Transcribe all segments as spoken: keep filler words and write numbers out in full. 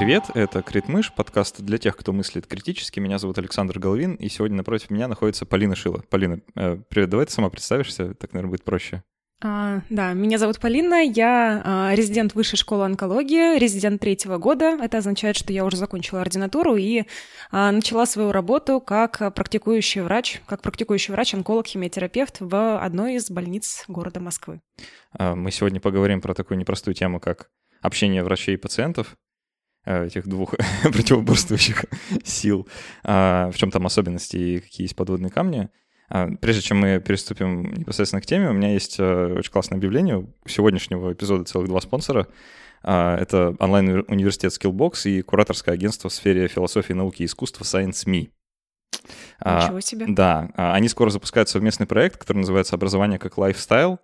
Привет, это Критмыш, подкаст для тех, кто мыслит критически. Меня зовут Александр Головин, и сегодня напротив меня находится Полина Шила. Полина, э, привет, давай ты сама представишься, так, наверное, будет проще. А, да, меня зовут Полина, я а, резидент Высшей школы онкологии, резидент третьего года. Это означает, что я уже закончила ординатуру и а, начала свою работу как практикующий врач, как практикующий врач-онколог, химиотерапевт в одной из больниц города Москвы. Мы сегодня поговорим про такую непростую тему, как общение врачей и пациентов, этих двух противоборствующих сил, в чем там особенности и какие есть подводные камни. Прежде чем мы переступим непосредственно к теме, у меня есть очень классное объявление. У сегодняшнего эпизода целых два спонсора. Это онлайн-университет Skillbox и кураторское агентство в сфере философии, науки и искусства ScienceMe. Ничего себе. Да, они скоро запускают совместный проект, который называется «Образование как лайфстайл».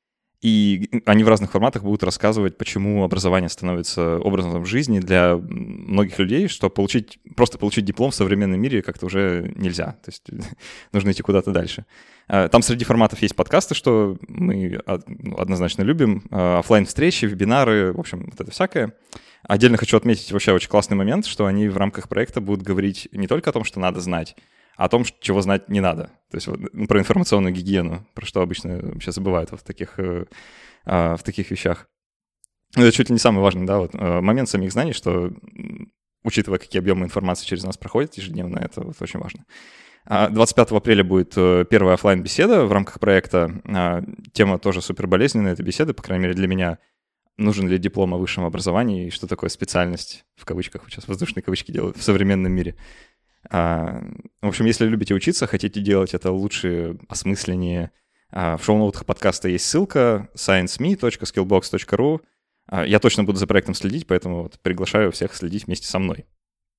И они в разных форматах будут рассказывать, почему образование становится образом жизни для многих людей, что получить, просто получить диплом в современном мире как-то уже нельзя. То есть нужно идти куда-то дальше. Там среди форматов есть подкасты, что мы однозначно любим, офлайн-встречи, вебинары, в общем, вот это всякое. Отдельно хочу отметить вообще очень классный момент, что они в рамках проекта будут говорить не только о том, что надо знать, а о том, чего знать не надо. То есть ну, про информационную гигиену, про что обычно вообще забывают вот в таких, э, в таких вещах. Это чуть ли не самый важный, да, вот, момент самих знаний, что, учитывая, какие объемы информации через нас проходят ежедневно, это вот очень важно. двадцать пятого апреля будет первая офлайн-беседа в рамках проекта. Тема тоже супер болезненная, эта беседа, по крайней мере, для меня. Нужен ли диплом о высшем образовании и что такое специальность, в кавычках, вот сейчас воздушные кавычки делают, в современном мире. В общем, если любите учиться, хотите делать это лучше, осмысленнее, в шоу-ноутах подкаста есть ссылка scienceme точка skillbox точка ру. Я точно буду за проектом следить, поэтому вот приглашаю всех следить вместе со мной.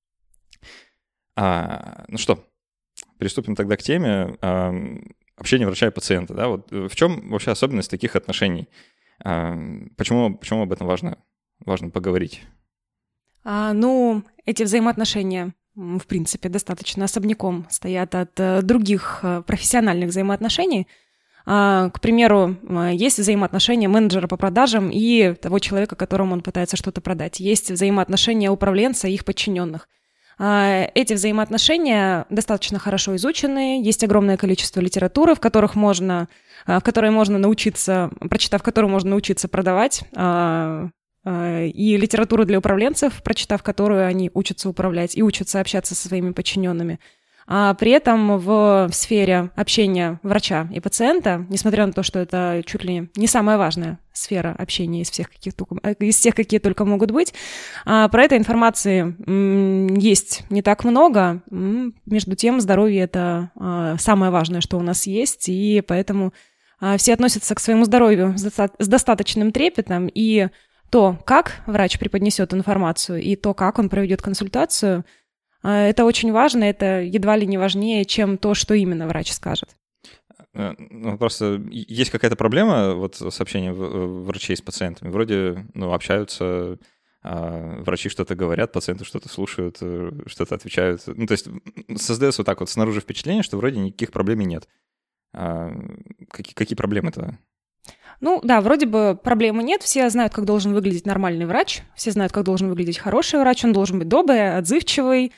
Ну что, приступим тогда к теме общения врача и пациента. Да? Вот в чем вообще особенность таких отношений? Почему, почему об этом важно, важно поговорить? А, ну, эти взаимоотношения, в принципе, достаточно особняком стоят от других профессиональных взаимоотношений. А, к примеру, есть взаимоотношения менеджера по продажам и того человека, которому он пытается что-то продать. Есть взаимоотношения управленца и их подчиненных. А, эти взаимоотношения достаточно хорошо изучены, есть огромное количество литературы, в которых можно, в которой можно научиться, прочитав которую можно научиться продавать, и литературу для управленцев, прочитав которую они учатся управлять и учатся общаться со своими подчиненными. А при этом в сфере общения врача и пациента, несмотря на то, что это чуть ли не самая важная сфера общения из всех, каких, из всех какие только могут быть, про этой информации есть не так много. Между тем, здоровье — это самое важное, что у нас есть, и поэтому все относятся к своему здоровью с достаточным трепетом, и то, как врач преподнесет информацию, и то, как он проведет консультацию, это очень важно, это едва ли не важнее, чем то, что именно врач скажет. Ну, просто есть какая-то проблема вот с общением врачей с пациентами. Вроде ну, общаются, врачи что-то говорят, пациенты что-то слушают, что-то отвечают. Ну, то есть создается вот так вот снаружи впечатление, что вроде никаких проблем и нет. Какие, какие проблемы-то? Ну да, вроде бы проблемы нет, все знают, как должен выглядеть нормальный врач, все знают, как должен выглядеть хороший врач, он должен быть добрый, отзывчивый,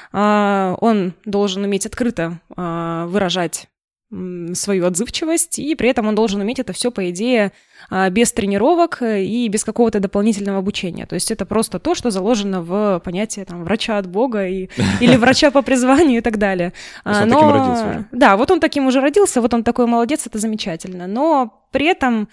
он должен уметь открыто выражать свою отзывчивость, и при этом он должен уметь это все, по идее, без тренировок и без какого-то дополнительного обучения. То есть это просто то, что заложено в понятие там, врача от Бога и, или врача по призванию и так далее. То есть он Но, таким родился уже? Да, вот он таким уже родился, вот он такой молодец, это замечательно. Но при этом,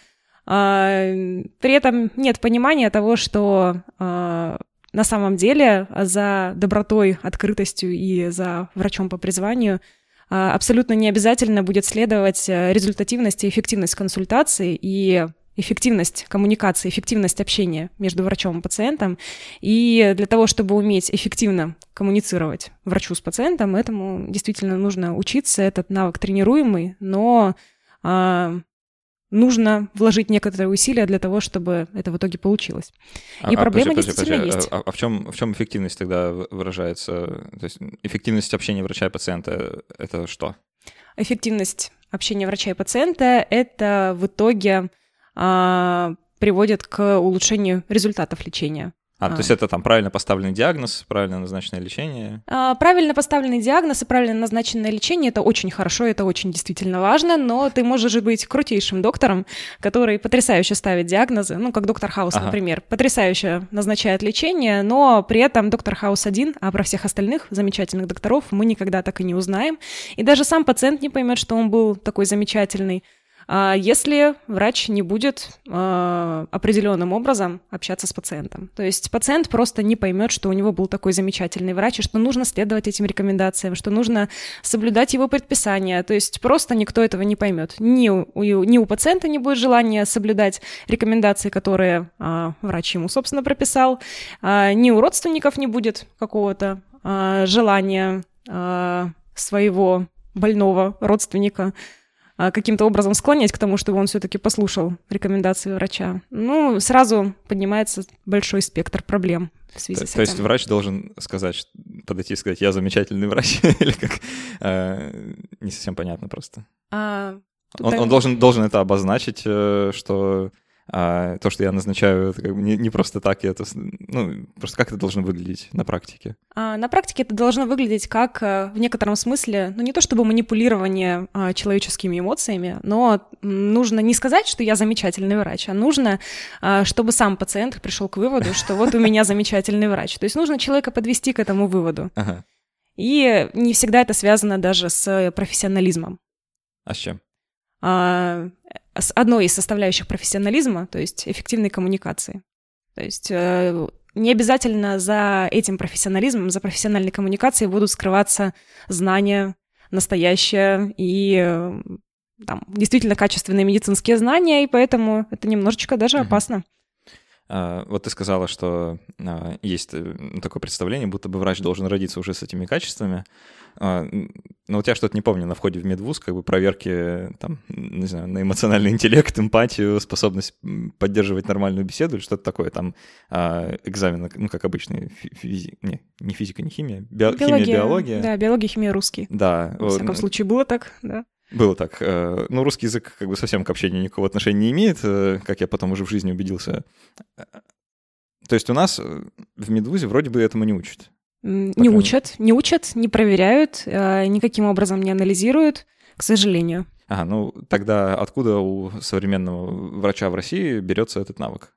при этом нет понимания того, что на самом деле за добротой, открытостью и за врачом по призванию абсолютно не обязательно будет следовать результативность и эффективность консультации и эффективность коммуникации, эффективность общения между врачом и пациентом. И для того, чтобы уметь эффективно коммуницировать врачу с пациентом, этому действительно нужно учиться. Этот навык тренируемый, но а, нужно вложить некоторые усилия для того, чтобы это в итоге получилось. И а, проблема подожди, действительно подожди, есть. А, а в чем, в чем эффективность тогда выражается? То есть эффективность общения врача и пациента — это что? Эффективность общения врача и пациента — это в итоге а, приводит к улучшению результатов лечения. А, а, то есть это там правильно поставленный диагноз, правильно назначенное лечение? А, правильно поставленный диагноз и правильно назначенное лечение — это очень хорошо, это очень действительно важно, но ты можешь же быть крутейшим доктором, который потрясающе ставит диагнозы, ну, как доктор Хаус, ага. например, потрясающе назначает лечение, но при этом доктор Хаус один, а про всех остальных замечательных докторов мы никогда так и не узнаем, и даже сам пациент не поймет, что он был такой замечательный, если врач не будет э, определенным образом общаться с пациентом. То есть пациент просто не поймет, что у него был такой замечательный врач, и что нужно следовать этим рекомендациям, что нужно соблюдать его предписания. То есть просто никто этого не поймет. Ни у, ни у пациента не будет желания соблюдать рекомендации, которые э, врач ему, собственно, прописал, э, ни у родственников не будет какого-то э, желания э, своего больного родственника каким-то образом склонять к тому, чтобы он все-таки послушал рекомендации врача. Ну, сразу поднимается большой спектр проблем в связи то, с этим. То есть врач должен сказать, подойти и сказать, я замечательный врач, или как? Не совсем понятно просто. А, он он должен, должен это обозначить, что... А то, что я назначаю, это как бы не, не просто так, это, ну, просто как это должно выглядеть на практике? А, на практике это должно выглядеть как в некотором смысле, ну, не то чтобы манипулирование а, человеческими эмоциями, но нужно не сказать, что я замечательный врач, а нужно, а, чтобы сам пациент пришел к выводу, что вот у меня замечательный врач. То есть нужно человека подвести к этому выводу. Ага. И не всегда это связано даже с профессионализмом. А с чем? А, с одной из составляющих профессионализма, то есть эффективной коммуникации. То есть э, не обязательно за этим профессионализмом, за профессиональной коммуникацией будут скрываться знания настоящие и э, там, действительно качественные медицинские знания, и поэтому это немножечко даже mm-hmm. опасно. Uh, вот ты сказала, что uh, есть такое представление, будто бы врач должен родиться уже с этими качествами. Uh, но вот я что-то не помню на входе в медвуз, как бы проверки, там, не знаю, на эмоциональный интеллект, эмпатию, способность поддерживать нормальную беседу или что-то такое. Там uh, экзамен, ну, как обычный, физи... не, не физика, не химия, био... биология, химия, биология. Да, биология, химия, русский. Да. Во всяком случае, было так, да. Было так. Ну, русский язык как бы совсем к общению никакого отношения не имеет, как я потом уже в жизни убедился. То есть у нас в медвузе вроде бы этому не учат. Не учат, не учат, не проверяют, никаким образом не анализируют, к сожалению. Ага, ну тогда откуда у современного врача в России берется этот навык?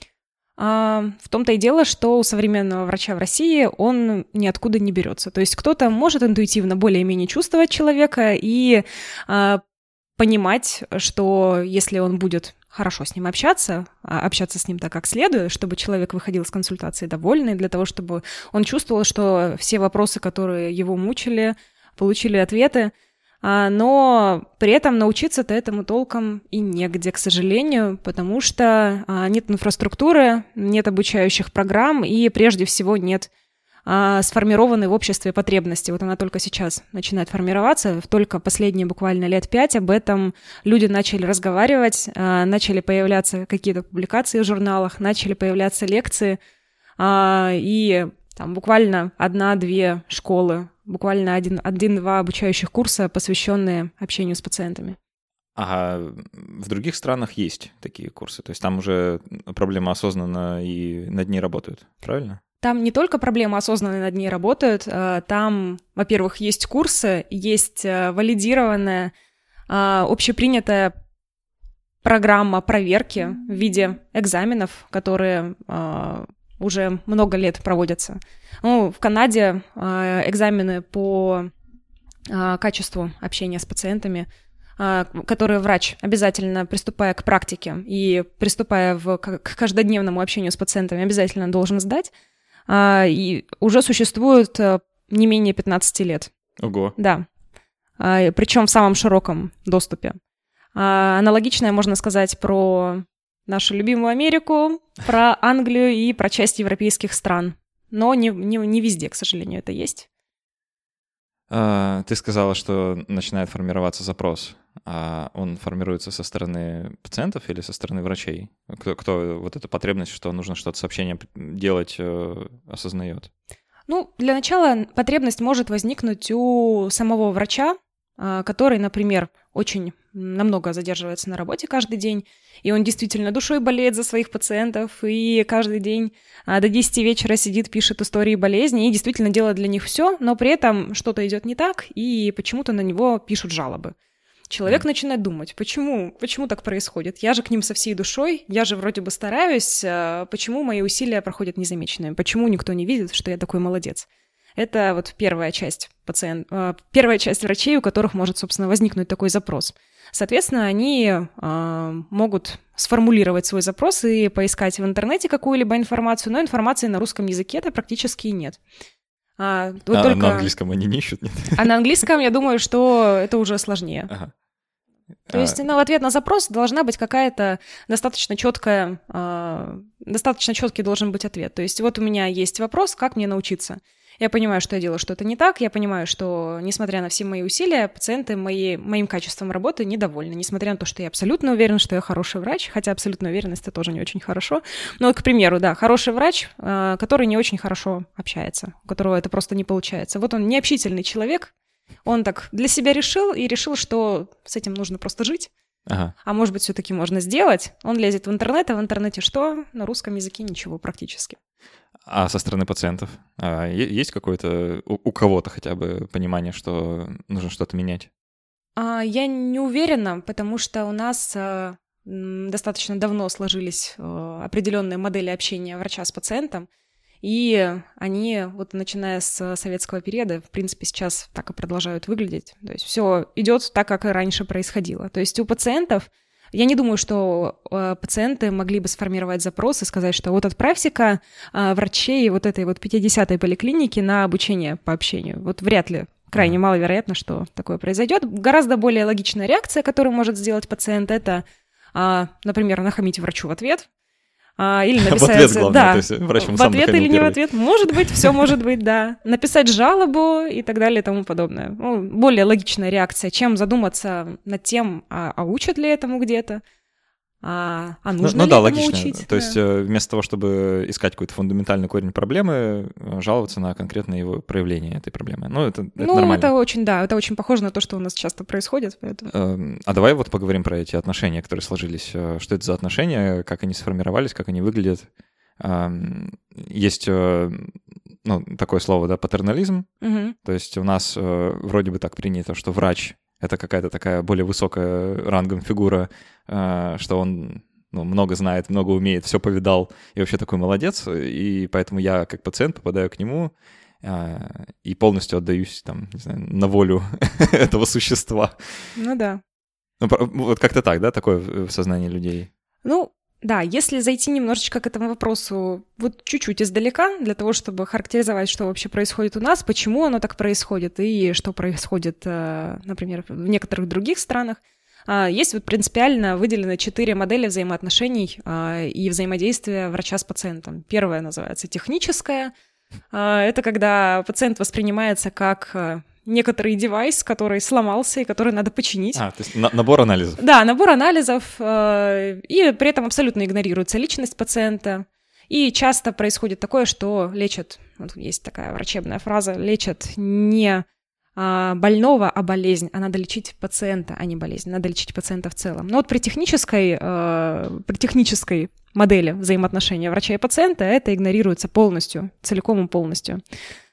А, в том-то и дело, что у современного врача в России он ниоткуда не берется. То есть кто-то может интуитивно более-менее чувствовать человека и а, понимать, что если он будет хорошо с ним общаться, общаться с ним так, как следует, чтобы человек выходил с консультации довольный, для того, чтобы он чувствовал, что все вопросы, которые его мучили, получили ответы, но при этом научиться-то этому толком и негде, к сожалению, потому что нет инфраструктуры, нет обучающих программ и, прежде всего, нет сформированной в обществе потребности. Вот она только сейчас начинает формироваться, только последние буквально лет пять об этом люди начали разговаривать, начали появляться какие-то публикации в журналах, начали появляться лекции, и там буквально одна-две школы, буквально один, один-два обучающих курса, посвященные общению с пациентами. Ага, в других странах есть такие курсы, то есть там уже проблема осознанно и над ней работают, правильно? Там не только проблемы осознанно над ней работают, там, во-первых, есть курсы, есть валидированная, общепринятая программа проверки в виде экзаменов, которые уже много лет проводятся. Ну, в Канаде экзамены по качеству общения с пациентами, которые врач, обязательно приступая к практике и приступая в, к каждодневному общению с пациентами, обязательно должен сдать, и уже существует не менее пятнадцать лет. Ого. Да. Причем в самом широком доступе. Аналогичное можно сказать про нашу любимую Америку, про Англию и про часть европейских стран. Но не, не, не везде, к сожалению, это есть. А, ты сказала, что начинает формироваться запрос. А он формируется со стороны пациентов или со стороны врачей? Кто, кто вот эту потребность, что нужно что-то с общением делать, осознает? Ну, для начала потребность может возникнуть у самого врача, который, например, очень намного задерживается на работе каждый день, и он действительно душой болеет за своих пациентов, и каждый день до десяти вечера сидит, пишет истории болезни, и действительно делает для них все, но при этом что-то идет не так, и почему-то на него пишут жалобы. Человек mm. начинает думать, почему, почему так происходит? Я же к ним со всей душой, я же вроде бы стараюсь, почему мои усилия проходят незамеченными? Почему никто не видит, что я такой молодец? Это вот первая часть пациент, первая часть врачей, у которых может, собственно, возникнуть такой запрос. Соответственно, они могут сформулировать свой запрос и поискать в интернете какую-либо информацию, но информации на русском языке-то практически нет. А, вот а только... на английском они не ищут, нет? А на английском, я думаю, что это уже сложнее. Ага. То есть, ну, в ответ на запрос должна быть какая-то достаточно четкая, э, достаточно четкий должен быть ответ. То есть, вот у меня есть вопрос, как мне научиться? Я понимаю, что я делаю что-то не так, я понимаю, что, несмотря на все мои усилия, пациенты мои, моим качеством работы недовольны, несмотря на то, что я абсолютно уверен, что я хороший врач, хотя абсолютная уверенность — это тоже не очень хорошо. Но, к примеру, да, хороший врач, э, который не очень хорошо общается, у которого это просто не получается. Вот он необщительный человек, он так для себя решил и решил, что с этим нужно просто жить. Ага. А может быть, все-таки можно сделать. Он лезет в интернет, а в интернете что? На русском языке ничего практически. А со стороны пациентов? А есть какое-то, у, у кого-то хотя бы понимание, что нужно что-то менять? А, я не уверена, потому что у нас а, достаточно давно сложились а, определенные модели общения врача с пациентом. И они, вот начиная с советского периода, в принципе, сейчас так и продолжают выглядеть. То есть все идет так, как и раньше происходило. То есть у пациентов, я не думаю, что э, пациенты могли бы сформировать запрос и сказать, что вот отправься-ка э, врачей вот этой вот пятидесятой поликлиники на обучение по общению. Вот вряд ли, крайне маловероятно, что такое произойдет. Гораздо более логичная реакция, которую может сделать пациент, это, э, например, нахамить врачу в ответ. А, или написать... В ответ, главное, да, то есть врач в ответ или не первый. В ответ, может быть, все может быть, да. Написать жалобу и так далее и тому подобное. Ну, более логичная реакция, чем задуматься над тем, а, а учат ли этому где-то, а, а нужно ну, ну, ли да, этому логично. учить. То да. есть вместо того, чтобы искать какой-то фундаментальный корень проблемы, жаловаться на конкретное его проявление этой проблемы. Ну, это, это ну, нормально. это очень, да, это очень похоже на то, что у нас часто происходит. Поэтому... А давай вот поговорим про эти отношения, которые сложились. Что это за отношения, как они сформировались, как они выглядят. Есть, ну, такое слово, да, патернализм. Угу. То есть у нас вроде бы так принято, что врач — это какая-то такая более высокая рангом фигура, что он, ну, много знает, много умеет, все повидал и вообще такой молодец. И поэтому я как пациент попадаю к нему и полностью отдаюсь там, не знаю, на волю этого существа. Ну да. Ну, вот как-то так, да, такое в сознании людей? Ну, да, если зайти немножечко к этому вопросу вот чуть-чуть издалека, для того, чтобы характеризовать, что вообще происходит у нас, почему оно так происходит и что происходит, например, в некоторых других странах, есть вот принципиально выделены четыре модели взаимоотношений и взаимодействия врача с пациентом. Первая называется техническая. Это когда пациент воспринимается как... некоторый девайс, который сломался и который надо починить. А, то есть на- набор анализов. Да, набор анализов, э- и при этом абсолютно игнорируется личность пациента. И часто происходит такое, что лечат, вот есть такая врачебная фраза, лечат не а, больного, а болезнь, а надо лечить пациента, а не болезнь, надо лечить пациента в целом. Но вот при технической, э- при технической модели взаимоотношения врача и пациента это игнорируется полностью, целиком и полностью.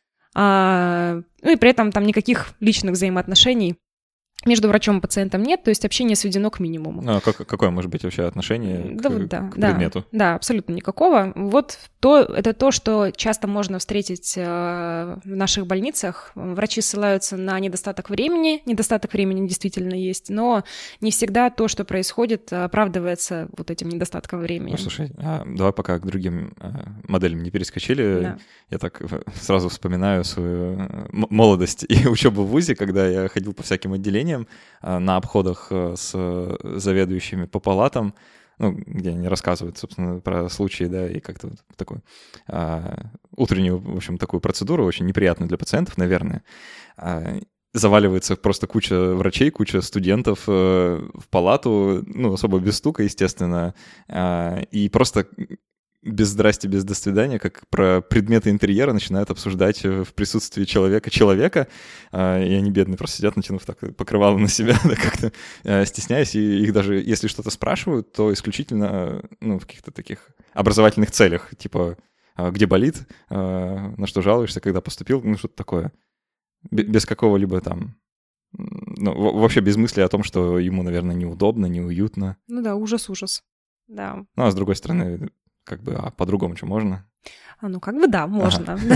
А, ну и при этом там никаких личных взаимоотношений между врачом и пациентом нет, то есть общение сведено к минимуму. А как, какое может быть вообще отношение да, к, да, к предмету? Да, да, абсолютно никакого. Вот то, это то, что часто можно встретить в наших больницах. Врачи ссылаются на недостаток времени. Недостаток времени действительно есть, но не всегда то, что происходит, оправдывается вот этим недостатком времени. Ну, слушай, а давай пока к другим моделям не перескочили. Да. Я так сразу вспоминаю свою молодость и учебу в вузе, когда я ходил по всяким отделениям, на обходах с заведующими по палатам, ну, где они рассказывают, собственно, про случаи, да, и как-то вот такую а, утреннюю, в общем, такую процедуру, очень неприятную для пациентов, наверное. А, заваливается просто куча врачей, куча студентов а, в палату, ну, особо без стука, естественно, а, и просто без здрасти, без до свидания, как про предметы интерьера начинают обсуждать в присутствии человека-человека, и они бедные просто сидят, натянув так покрывало на себя, да, как-то стесняясь, и их даже, если что-то спрашивают, то исключительно, ну, в каких-то таких образовательных целях, типа, где болит, на что жалуешься, когда поступил, ну, что-то такое. Без какого-либо там, ну, вообще без мысли о том, что ему, наверное, неудобно, неуютно. Ну да, ужас-ужас, да. Ну, а с другой стороны, как бы, а по-другому что, можно? А, ну, как бы да, можно, ага.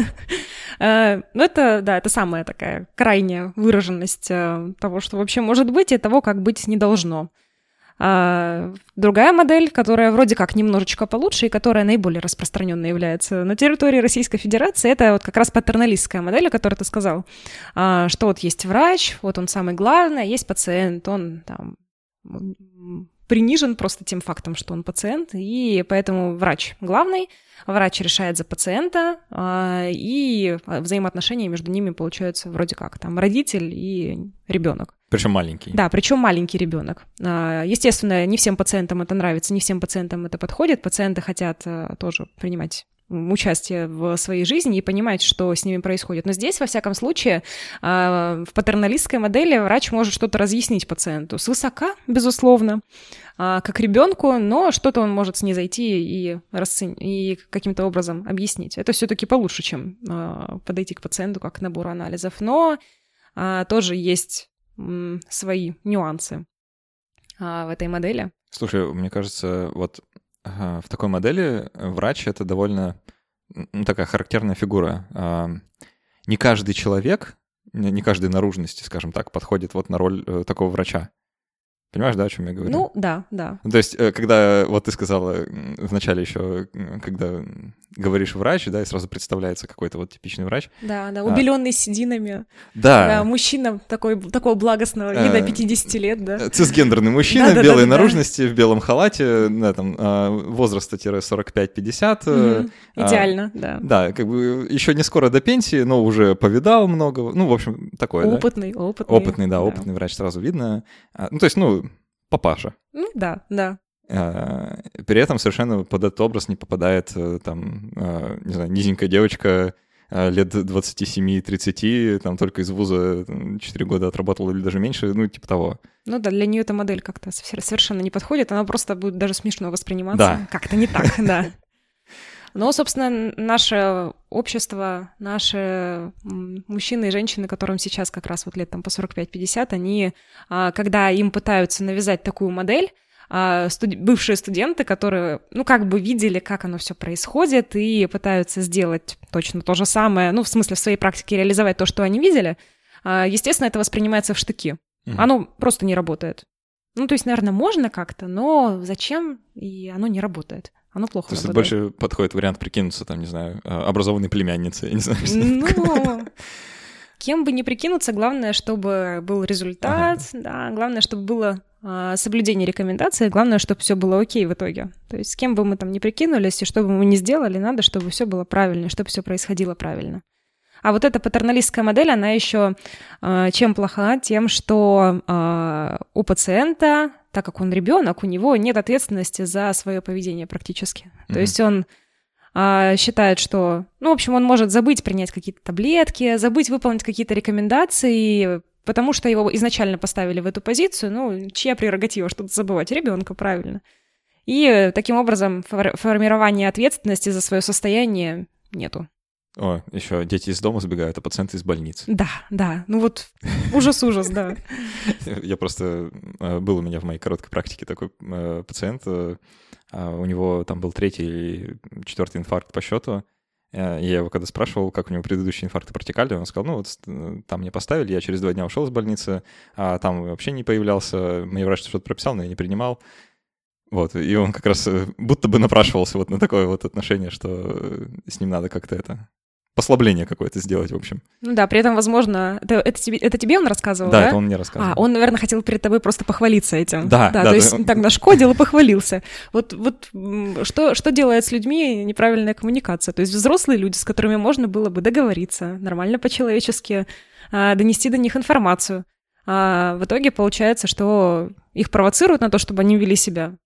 да. Ну, это, да, это самая такая крайняя выраженность того, что вообще может быть, и того, как быть не должно. А другая модель, которая вроде как немножечко получше и которая наиболее распространенной является на территории Российской Федерации, это вот как раз патерналистская модель, о которой ты сказал, а, что вот есть врач, вот он самый главный, а есть пациент, он там принижен просто тем фактом, что он пациент, и поэтому врач главный, врач решает за пациента, а, и взаимоотношения между ними получаются вроде как там родитель и ребенок. Причем маленький. Да, причем маленький ребенок. Естественно, не всем пациентам это нравится, не всем пациентам это подходит. Пациенты хотят тоже принимать участие в своей жизни и понимать, что с ними происходит. Но здесь, во всяком случае, в патерналистской модели врач может что-то разъяснить пациенту. Свысока, безусловно, как ребенку, но что-то он может снизойти и, расцен... и каким-то образом объяснить. Это все-таки получше, чем подойти к пациенту как к набору анализов. Но тоже есть свои нюансы а, в этой модели. Слушай, мне кажется, вот а, в такой модели врач — это довольно ну, такая характерная фигура. А, не каждый человек, не каждой наружности, скажем так, подходит вот на роль а, такого врача. Понимаешь, да, о чем я говорю? Ну, да, да. То есть, когда вот ты сказала вначале еще, когда говоришь врач, да, и сразу представляется какой-то вот типичный врач. Да, да, убеленный а, сединами. Да. Да, мужчина такой, такого благостного вида, пятидесяти лет, да. Цисгендерный мужчина, да, белой да, да, наружности, да. в белом халате, да, там, возраста сорок пять пятьдесят. Угу. Идеально, а, да. Да, как бы еще не скоро до пенсии, но уже повидал много, ну, в общем, такое, опытный, да. Опытный, опытный. Да, да, опытный врач, сразу видно. Ну, то есть, ну, папаша. Ну, да, да. При этом совершенно под этот образ не попадает, там, не знаю, низенькая девочка лет двадцати семи тридцати, там, только из вуза четыре года отработала или даже меньше, ну, типа того. Ну да, для нее эта модель как-то совершенно не подходит, она просто будет даже смешно восприниматься. Да. Как-то не так, да. Но, собственно, наше общество, наши мужчины и женщины, которым сейчас как раз вот лет там по сорок пять пятьдесят, они, когда им пытаются навязать такую модель, студ... бывшие студенты, которые, ну, как бы видели, как оно все происходит, и пытаются сделать точно то же самое, ну, в смысле, в своей практике реализовать то, что они видели, естественно, это воспринимается в штыки. Mm-hmm. Оно просто не работает. Ну, то есть, наверное, можно как-то, но зачем, и оно не работает. Оно плохо То есть работает. Это больше подходит вариант прикинуться, там, не знаю, образованной племянницей, я не знаю. Ну, кем бы ни прикинуться, главное, чтобы был результат, ага. да, главное, чтобы было а, соблюдение рекомендаций, главное, чтобы все было окей в итоге. То есть с кем бы мы там ни прикинулись, и что бы мы ни сделали, надо, чтобы все было правильно, чтобы все происходило правильно. А вот эта патерналистская модель, она еще а, чем плоха? Тем, что а, у пациента, так как он ребенок, у него нет ответственности за свое поведение практически. Mm-hmm. То есть он а, считает, что, ну, в общем, он может забыть принять какие-то таблетки, забыть выполнить какие-то рекомендации, потому что его изначально поставили в эту позицию. Ну, чья прерогатива что-то забывать? Ребенка, правильно. И таким образом фор- формирования ответственности за свое состояние нету. О, еще дети из дома сбегают, а пациенты из больницы. Да, да, ну вот ужас-ужас, да. Я просто... Был у меня в моей короткой практике такой пациент, у него там был третий или четвертый инфаркт по счету, и я его когда спрашивал, как у него предыдущие инфаркты протекали, он сказал, ну вот там мне поставили, я через два дня ушел из больницы, а там вообще не появлялся, мне врач что-то прописал, но я не принимал. Вот, и он как раз будто бы напрашивался вот на такое вот отношение, что с ним надо как-то это... послабление какое-то сделать, в общем. Ну да, при этом, возможно, это, это, тебе, это тебе он рассказывал, да? Да, это он мне рассказывал. А, он, наверное, хотел перед тобой просто похвалиться этим. Да, да. да То да, есть да. так нашкодил и похвалился. Вот, вот что, что делает с людьми неправильная коммуникация? То есть взрослые люди, с которыми можно было бы договориться, нормально по-человечески донести до них информацию. А в итоге получается, что их провоцируют на то, чтобы они вели себя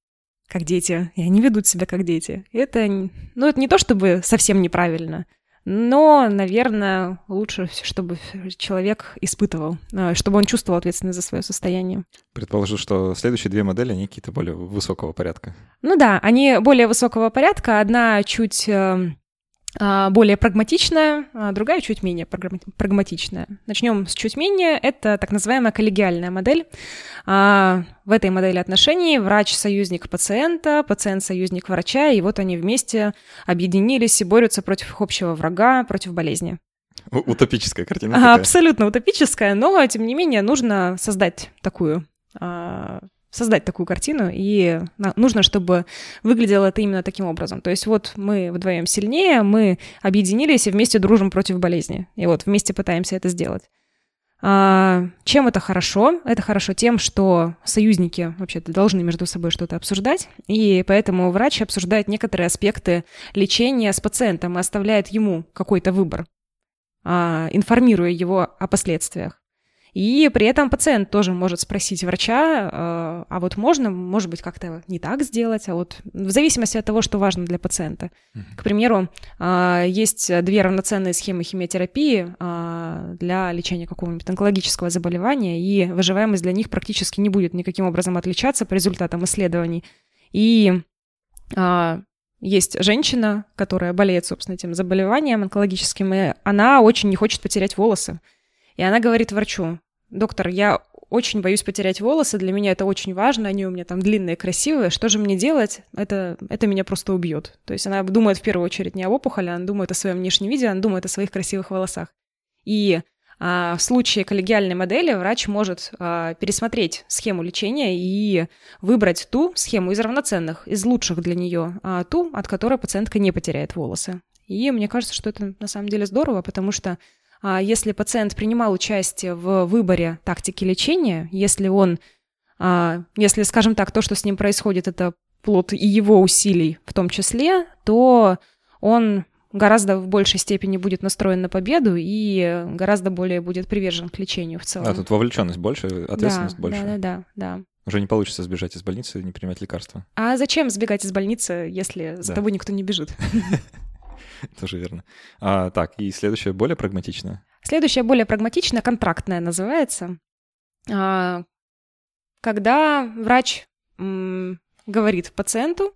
как дети, и они ведут себя как дети. Это, ну, это не то чтобы совсем неправильно, но, наверное, лучше, чтобы человек испытывал, чтобы он чувствовал ответственность за свое состояние. Предположу, что следующие две модели, они какие-то более высокого порядка. Ну да, они более высокого порядка. Одна чуть более прагматичная, а другая чуть менее прагматичная. Начнем с чуть менее. Это так называемая коллегиальная модель. В этой модели отношений врач — союзник пациента, пациент — союзник врача, и вот они вместе объединились и борются против общего врага, против болезни. Утопическая картина такая. Абсолютно утопическая, но, тем не менее, нужно создать такую... создать такую картину, и нужно, чтобы выглядело это именно таким образом. То есть вот мы вдвоем сильнее, мы объединились и вместе дружим против болезни. И вот вместе пытаемся это сделать. А, чем это хорошо? Это хорошо тем, что союзники вообще-то должны между собой что-то обсуждать, и поэтому врач обсуждает некоторые аспекты лечения с пациентом и оставляет ему какой-то выбор, а, информируя его о последствиях. И при этом пациент тоже может спросить врача, а вот можно, может быть, как-то не так сделать, а вот в зависимости от того, что важно для пациента. Mm-hmm. К примеру, есть две равноценные схемы химиотерапии для лечения какого-нибудь онкологического заболевания, и выживаемость для них практически не будет никаким образом отличаться по результатам исследований. И есть женщина, которая болеет, собственно, этим заболеванием онкологическим, и она очень не хочет потерять волосы. И она говорит врачу: доктор, я очень боюсь потерять волосы, для меня это очень важно, они у меня там длинные, красивые, что же мне делать? Это, это меня просто убьет. То есть она думает в первую очередь не об опухоли, она думает о своем внешнем виде, она думает о своих красивых волосах. И а, в случае коллегиальной модели врач может а, пересмотреть схему лечения и выбрать ту схему из равноценных, из лучших для нее, а ту, от которой пациентка не потеряет волосы. И мне кажется, что это на самом деле здорово, потому что если пациент принимал участие в выборе тактики лечения, если он, если, скажем так, то, что с ним происходит, это плод и его усилий в том числе, то он гораздо в большей степени будет настроен на победу и гораздо более будет привержен к лечению в целом. А тут вовлеченность больше, ответственность да, больше. Да, да, да, да. Уже не получится сбежать из больницы и не принимать лекарства. А зачем сбегать из больницы, если за да. тобой никто не бежит? Тоже верно. А, так, и следующее более прагматичное? Следующее более прагматичное, контрактное называется. А, когда врач м, говорит пациенту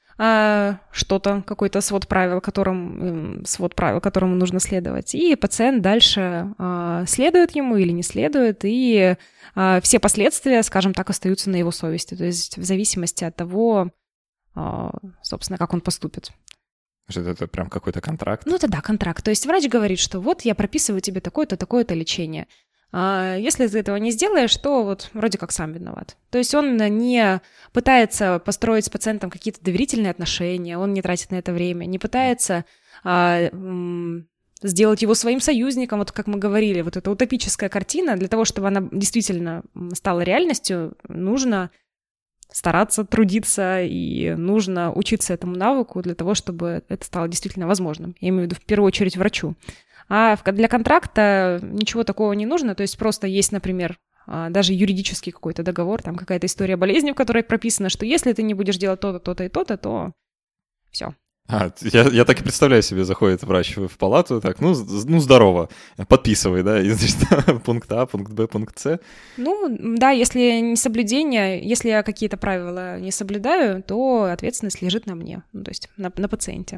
а, что-то, какой-то свод правил, которым, свод правил, которому нужно следовать, и пациент дальше а, следует ему или не следует, и а, все последствия, скажем так, остаются на его совести, то есть в зависимости от того, а, собственно, как он поступит. Что это прям какой-то контракт? Ну, это да, контракт. То есть врач говорит, что вот я прописываю тебе такое-то, такое-то лечение. А если ты этого не сделаешь, то вот вроде как сам виноват. То есть он не пытается построить с пациентом какие-то доверительные отношения, он не тратит на это время, не пытается а, м- сделать его своим союзником, вот как мы говорили, вот эта утопическая картина, для того, чтобы она действительно стала реальностью, нужно стараться, трудиться, и нужно учиться этому навыку для того, чтобы это стало действительно возможным. Я имею в виду в первую очередь врачу. А для контракта ничего такого не нужно, то есть просто есть, например, даже юридический какой-то договор, там какая-то история болезни, в которой прописано, что если ты не будешь делать то-то, то-то и то-то, то все. А, я, я так и представляю себе, заходит врач в палату, так, ну, ну здорово, подписывай, да, и, значит, пункт А, пункт Б, пункт С. Ну, да, если не соблюдение, если я какие-то правила не соблюдаю, то ответственность лежит на мне, ну, то есть на, на пациенте.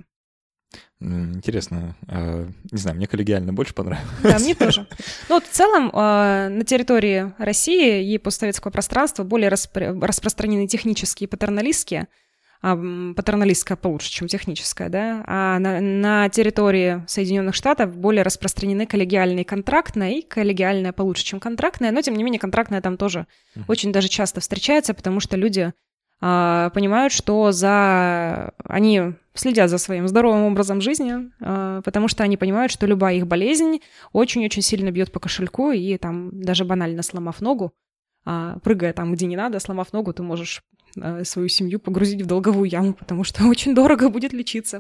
Интересно. А, не знаю, мне коллегиально больше понравилось. Да, мне тоже. Ну, вот в целом на территории России и постсоветского пространства более распро- распространены технические и патерналистские. Патерналистская получше, чем техническая, да, а на, на территории Соединенных Штатов более распространены коллегиальные и контрактная, и коллегиальная получше, чем контрактная, но, тем не менее, контрактная там тоже uh-huh. очень даже часто встречается, потому что люди а, понимают, что за... они следят за своим здоровым образом жизни, а, потому что они понимают, что любая их болезнь очень-очень сильно бьет по кошельку, и там даже банально сломав ногу, а, прыгая там, где не надо, сломав ногу, ты можешь свою семью погрузить в долговую яму, потому что очень дорого будет лечиться.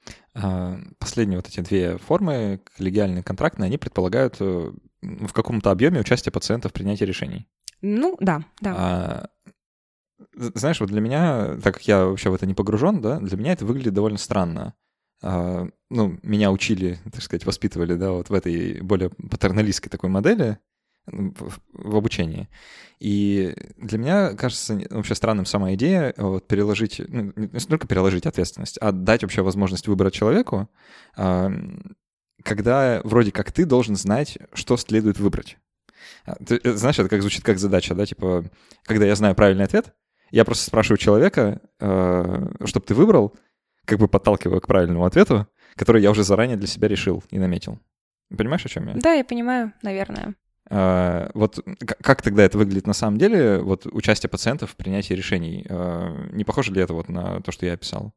Последние вот эти две формы, коллегиальные и контрактные, они предполагают в каком-то объеме участие пациента в принятии решений. Ну, да, да. знаешь, вот для меня, так как я вообще в это не погружен, да, для меня это выглядит довольно странно. Uh, ну, меня учили, так сказать, воспитывали, да, вот в этой более патерналистской такой модели в, в обучении. И для меня кажется вообще странным сама идея вот, переложить, ну, не только переложить ответственность, а дать вообще возможность выбора человеку, uh, когда вроде как ты должен знать, что следует выбрать. Ты, знаешь, это как звучит как задача, да, типа, когда я знаю правильный ответ, я просто спрашиваю человека, uh, чтобы ты выбрал, как бы подталкиваю к правильному ответу, который я уже заранее для себя решил и наметил. Понимаешь, о чем я? Да, я понимаю, наверное. А, вот как тогда это выглядит на самом деле, вот участие пациентов в принятии решений? А, не похоже ли это вот на то, что я описал?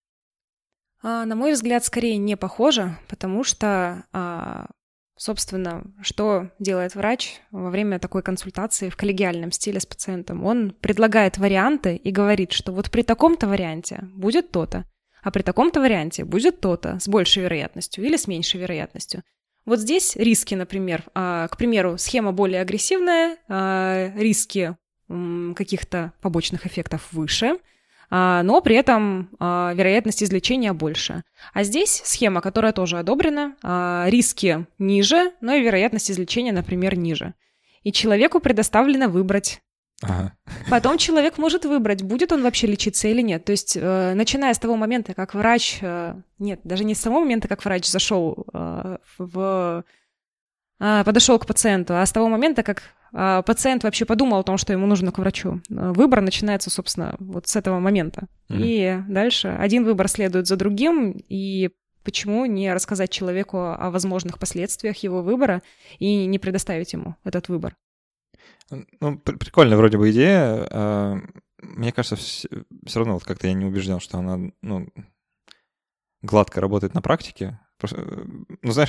А, на мой взгляд, скорее не похоже, потому что, а, собственно, что делает врач во время такой консультации в коллегиальном стиле с пациентом? Он предлагает варианты и говорит, что вот при таком-то варианте будет то-то, а при таком-то варианте будет то-то с большей вероятностью или с меньшей вероятностью. Вот здесь риски, например, к примеру, схема более агрессивная, риски каких-то побочных эффектов выше, но при этом вероятность излечения больше. А здесь схема, которая тоже одобрена, риски ниже, но и вероятность излечения, например, ниже. И человеку предоставлено выбрать. Ага. Потом человек может выбрать, будет он вообще лечиться или нет. То есть, э, начиная с того момента, как врач... Э, нет, даже не с того момента, как врач зашел э, в... Э, подошел к пациенту, а с того момента, как э, пациент вообще подумал о том, что ему нужно к врачу. Выбор начинается, собственно, вот с этого момента. Mm-hmm. И дальше один выбор следует за другим, и почему не рассказать человеку о возможных последствиях его выбора и не предоставить ему этот выбор? Ну, прикольная вроде бы идея. А, мне кажется, все, все равно вот как-то я не убежден, что она, ну, гладко работает на практике. Просто, ну, знаешь,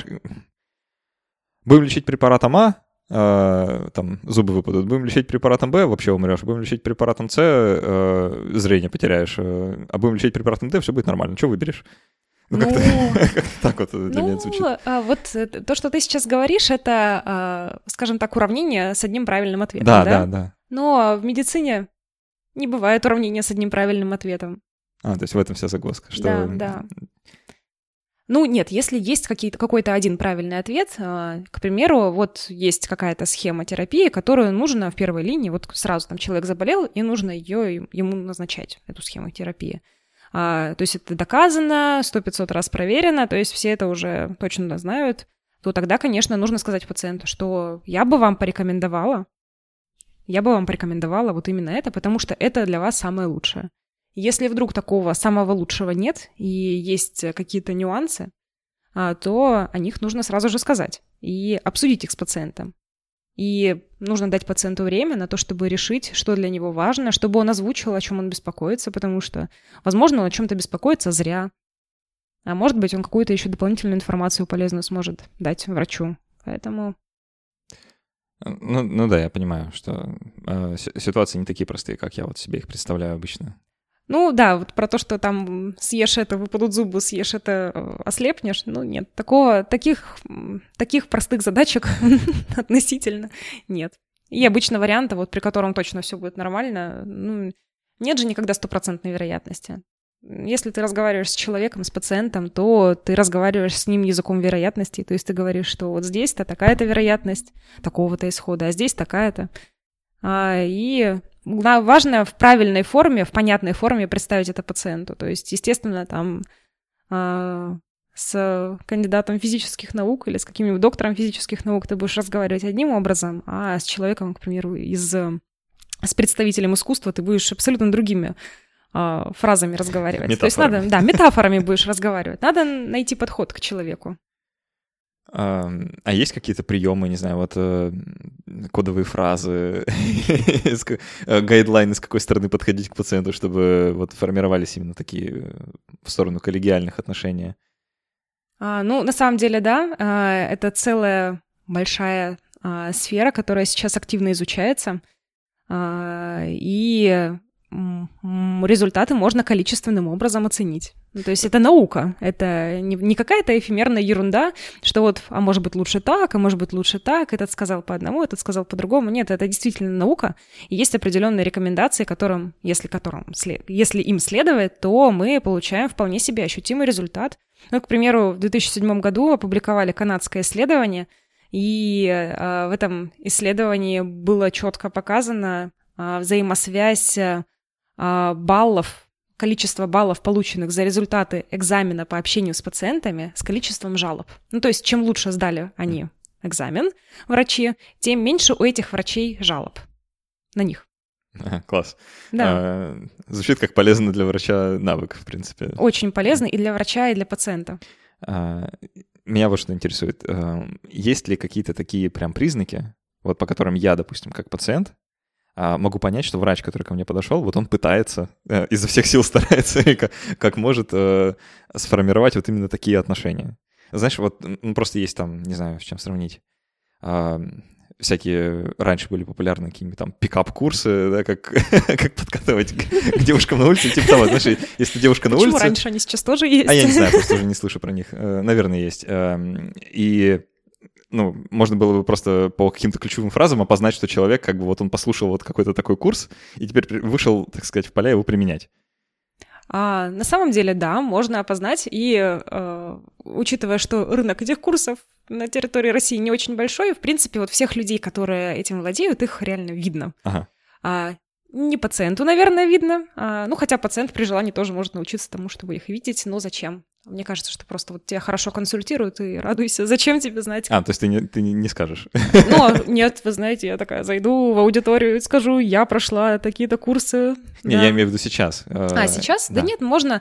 будем лечить препаратом А, а, там зубы выпадут. Будем лечить препаратом Б, вообще умрешь. Будем лечить препаратом С, а, зрение потеряешь. А будем лечить препаратом Д, все будет нормально. Что выберешь? Ну, как-то, ну, как-то так вот для ну, меня звучит. А, вот то, что ты сейчас говоришь, это, скажем так, уравнение с одним правильным ответом, да? Да, да, да. Но в медицине не бывает уравнения с одним правильным ответом. А, то есть в этом вся загвоздка, что... Да, да. Ну, нет, если есть какие-то, какой-то один правильный ответ, к примеру, вот есть какая-то схема терапии, которую нужно в первой линии, вот сразу там человек заболел, и нужно ее ему назначать, эту схему терапии. А, то есть это доказано, сто-пятьсот раз проверено, то есть все это уже точно знают, то тогда, конечно, нужно сказать пациенту, что я бы вам порекомендовала, я бы вам порекомендовала вот именно это, потому что это для вас самое лучшее. Если вдруг такого самого лучшего нет и есть какие-то нюансы, а, то о них нужно сразу же сказать и обсудить их с пациентом. И нужно дать пациенту время на то, чтобы решить, что для него важно, чтобы он озвучил, о чем он беспокоится, потому что, возможно, он о чем-то беспокоится зря. А может быть, он какую-то еще дополнительную информацию полезную сможет дать врачу. Поэтому... Ну, ну да, я понимаю, что э, ситуации не такие простые, как я вот себе их представляю обычно. Ну да, вот про то, что там съешь это, выпадут зубы, съешь это, ослепнешь. Ну нет, такого, таких, таких простых задачек относительно нет. И обычно варианта, вот при котором точно все будет нормально, ну, нет же никогда стопроцентной вероятности. Если ты разговариваешь с человеком, с пациентом, то ты разговариваешь с ним языком вероятностей. То есть ты говоришь, что вот здесь-то такая-то вероятность такого-то исхода, а здесь такая-то. А, и важно в правильной форме, в понятной форме представить это пациенту. То есть, естественно, там а, с кандидатом физических наук или с каким-нибудь доктором физических наук ты будешь разговаривать одним образом, а с человеком, к примеру, из, с представителем искусства ты будешь абсолютно другими а, фразами разговаривать. Метафорами. То есть надо, да, метафорами будешь разговаривать. Надо найти подход к человеку. А, а есть какие-то приемы, не знаю, вот э, кодовые фразы, гайдлайны, с какой стороны подходить к пациенту, чтобы вот формировались именно такие в сторону коллегиальных отношений? А, ну, на самом деле, да, это целая большая сфера, которая сейчас активно изучается. И результаты можно количественным образом оценить. Ну, то есть это наука, это не, не какая-то эфемерная ерунда, что вот, а может быть лучше так, а может быть лучше так, этот сказал по одному, этот сказал по другому. Нет, это действительно наука, и есть определенные рекомендации, которым, если, которым, если им следовать, то мы получаем вполне себе ощутимый результат. Ну, к примеру, в две тысячи седьмом году опубликовали канадское исследование, и э, в этом исследовании было четко показано э, взаимосвязь э, баллов, количество баллов, полученных за результаты экзамена по общению с пациентами, с количеством жалоб. Ну, то есть, чем лучше сдали они экзамен, врачи, тем меньше у этих врачей жалоб на них. А, класс. Да. А, звучит как полезно для врача навык, в принципе. Очень полезно и для врача, и для пациента. А, меня вот что интересует. А, есть ли какие-то такие прям признаки, вот по которым я, допустим, как пациент, могу понять, что врач, который ко мне подошел, вот он пытается, э, изо всех сил старается, как, как может э, сформировать вот именно такие отношения. Знаешь, вот ну, просто есть там, не знаю, с чем сравнить, э, всякие раньше были популярны какие-нибудь там пикап-курсы, да, как, как подкатывать к, к девушкам на улице, типа того, знаешь, если девушка на улице... Почему раньше они сейчас тоже есть? А я не знаю, просто уже не слышу про них. Э, наверное, есть. Э, и... Ну, можно было бы просто по каким-то ключевым фразам опознать, что человек, как бы вот он послушал вот какой-то такой курс и теперь вышел, так сказать, в поля его применять. А, на самом деле, да, можно опознать, и э, учитывая, что рынок этих курсов на территории России не очень большой, в принципе, вот всех людей, которые этим владеют, их реально видно. Ага. А, не пациенту, наверное, видно, а, ну, хотя пациент при желании тоже может научиться тому, чтобы их видеть, но зачем? Мне кажется, что просто вот тебя хорошо консультируют, и радуйся, зачем тебе знать. А, то есть ты не, ты не скажешь? Ну, нет, вы знаете, я такая зайду в аудиторию и скажу, я прошла такие-то курсы. Не, да. Я имею в виду сейчас. А, сейчас? Да, да нет, можно...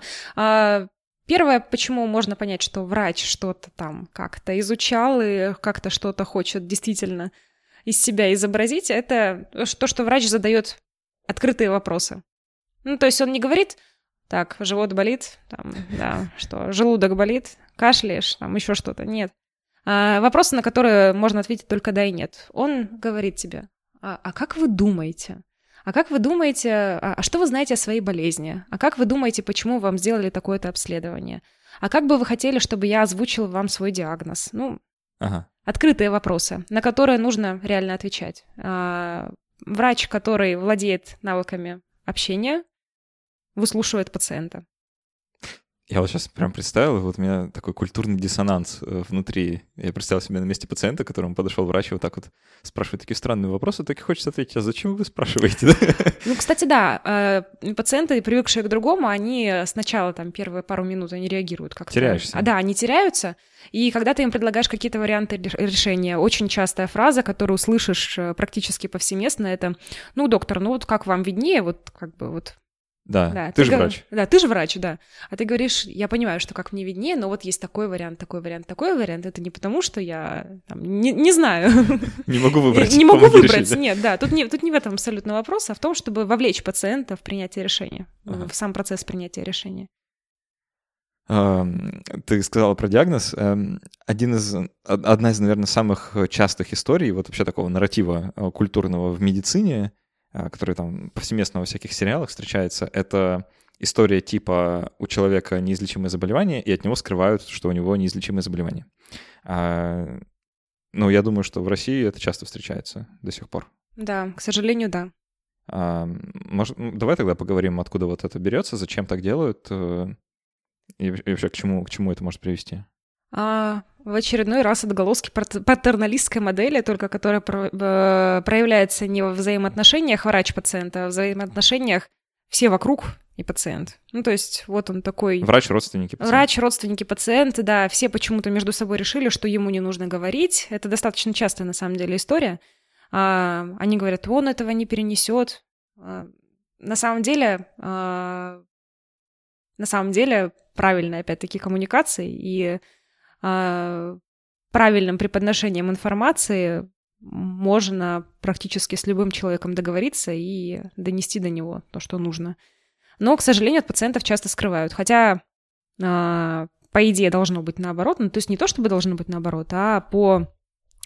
Первое, почему можно понять, что врач что-то там как-то изучал и как-то что-то хочет действительно из себя изобразить, это то, что врач задает открытые вопросы. Ну, то есть он не говорит... Так, живот болит, там, да, что, желудок болит, кашляешь, там, еще что-то. Нет. А, вопросы, на которые можно ответить только да и нет. Он говорит тебе, а, а как вы думаете? А как вы думаете, а, а что вы знаете о своей болезни? А как вы думаете, почему вам сделали такое-то обследование? А как бы вы хотели, чтобы я озвучил вам свой диагноз? Ну, ага. Открытые вопросы, на которые нужно реально отвечать. А, врач, который владеет навыками общения, выслушивает пациента. Я вот сейчас прям представил, вот у меня такой культурный диссонанс внутри. Я представил себя на месте пациента, к которому подошел врач, и вот так вот спрашивает такие странные вопросы, так и хочется ответить, а зачем вы спрашиваете? Ну, кстати, да, пациенты, привыкшие к другому, они сначала там первые пару минут они реагируют как-то. Теряешься. А, да, они теряются, и когда ты им предлагаешь какие-то варианты решения, очень частая фраза, которую слышишь практически повсеместно, это, ну, доктор, ну вот как вам виднее, вот как бы вот... Да, да, ты, ты же г... врач. Да, ты же врач, да. А ты говоришь, я понимаю, что как мне виднее, но вот есть такой вариант, такой вариант, такой вариант. Это не потому, что я там, не, не знаю. Не могу выбрать. Не могу выбрать, нет, да. Тут не, тут не в этом абсолютно вопрос, а в том, чтобы вовлечь пациента в принятие решения, ага. в сам процесс принятия решения. Ты сказала про диагноз. Один из, одна из, наверное, самых частых историй вот вообще такого нарратива культурного в медицине, который там повсеместно во всяких сериалах встречается, это история типа у человека неизлечимое заболевание, и от него скрывают, что у него неизлечимое заболевание. А, ну, я думаю, что в России это часто встречается до сих пор. Да, к сожалению, да. А, может, давай тогда поговорим, откуда вот это берется, зачем так делают, и, и вообще к чему, к чему это может привести. А, в очередной раз отголоски патерналистской модели, только которая про, э, проявляется не во взаимоотношениях врач-пациента, а в взаимоотношениях все вокруг и пациент. Ну, то есть вот он такой... Врач, родственники, пациент. Врач, родственники, пациенты, да, все почему-то между собой решили, что ему не нужно говорить. Это достаточно частая, на самом деле, история. А, они говорят, он этого не перенесет. А, на самом деле... А, на самом деле, правильная, опять-таки, коммуникация и... правильным преподношением информации можно практически с любым человеком договориться и донести до него то, что нужно. Но, к сожалению, от пациентов часто скрывают. Хотя, по идее, должно быть наоборот. Ну, то есть не то, чтобы должно быть наоборот, а по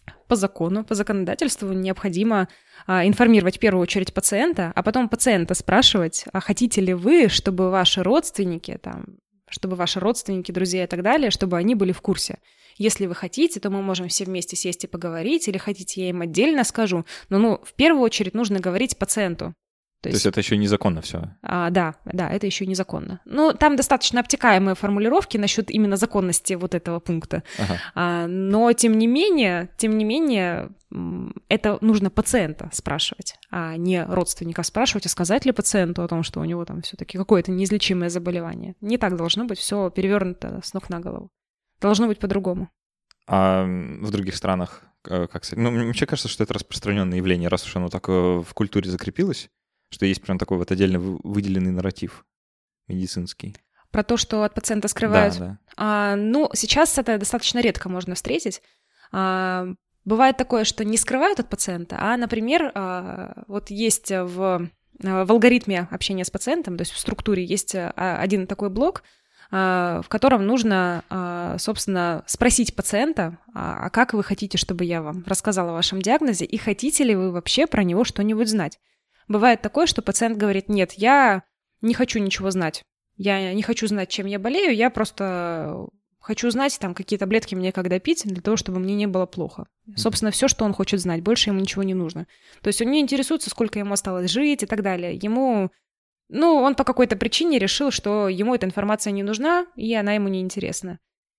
по закону, по законодательству необходимо а, информировать в первую очередь пациента, а потом пациента спрашивать, а хотите ли вы, чтобы ваши родственники, там, чтобы ваши родственники, друзья и так далее, чтобы они были в курсе. Если вы хотите, то мы можем все вместе сесть и поговорить, или хотите, я им отдельно скажу. Но ну, в первую очередь нужно говорить пациенту. То есть, То есть это еще незаконно все? А, да, да, это еще незаконно. Ну, там достаточно обтекаемые формулировки насчет именно законности вот этого пункта. Ага. А, но, тем не менее, тем не менее, это нужно пациента спрашивать, а не родственника спрашивать, а сказать ли пациенту о том, что у него там все-таки какое-то неизлечимое заболевание. Не так должно быть, все перевернуто с ног на голову. Должно быть по-другому. А в других странах, как сказать? Ну, мне кажется, что это распространенное явление, раз уж оно так в культуре закрепилось, что есть прям такой вот отдельно выделенный нарратив медицинский. Про то, что от пациента скрывают? Да, да. А, ну, сейчас это достаточно редко можно встретить. А, бывает такое, что не скрывают от пациента, а, например, а, вот есть в, в алгоритме общения с пациентом, то есть в структуре есть один такой блок, в котором нужно, собственно, спросить пациента, а как вы хотите, чтобы я вам рассказала о вашем диагнозе, и хотите ли вы вообще про него что-нибудь знать. Бывает такое, что пациент говорит, нет, я не хочу ничего знать, я не хочу знать, чем я болею, я просто хочу знать, там, какие таблетки мне когда пить, для того, чтобы мне не было плохо. Собственно, все, что он хочет знать, больше ему ничего не нужно. То есть он не интересуется, сколько ему осталось жить и так далее. Ему, ну, он по какой-то причине решил, что ему эта информация не нужна, и она ему не интересна.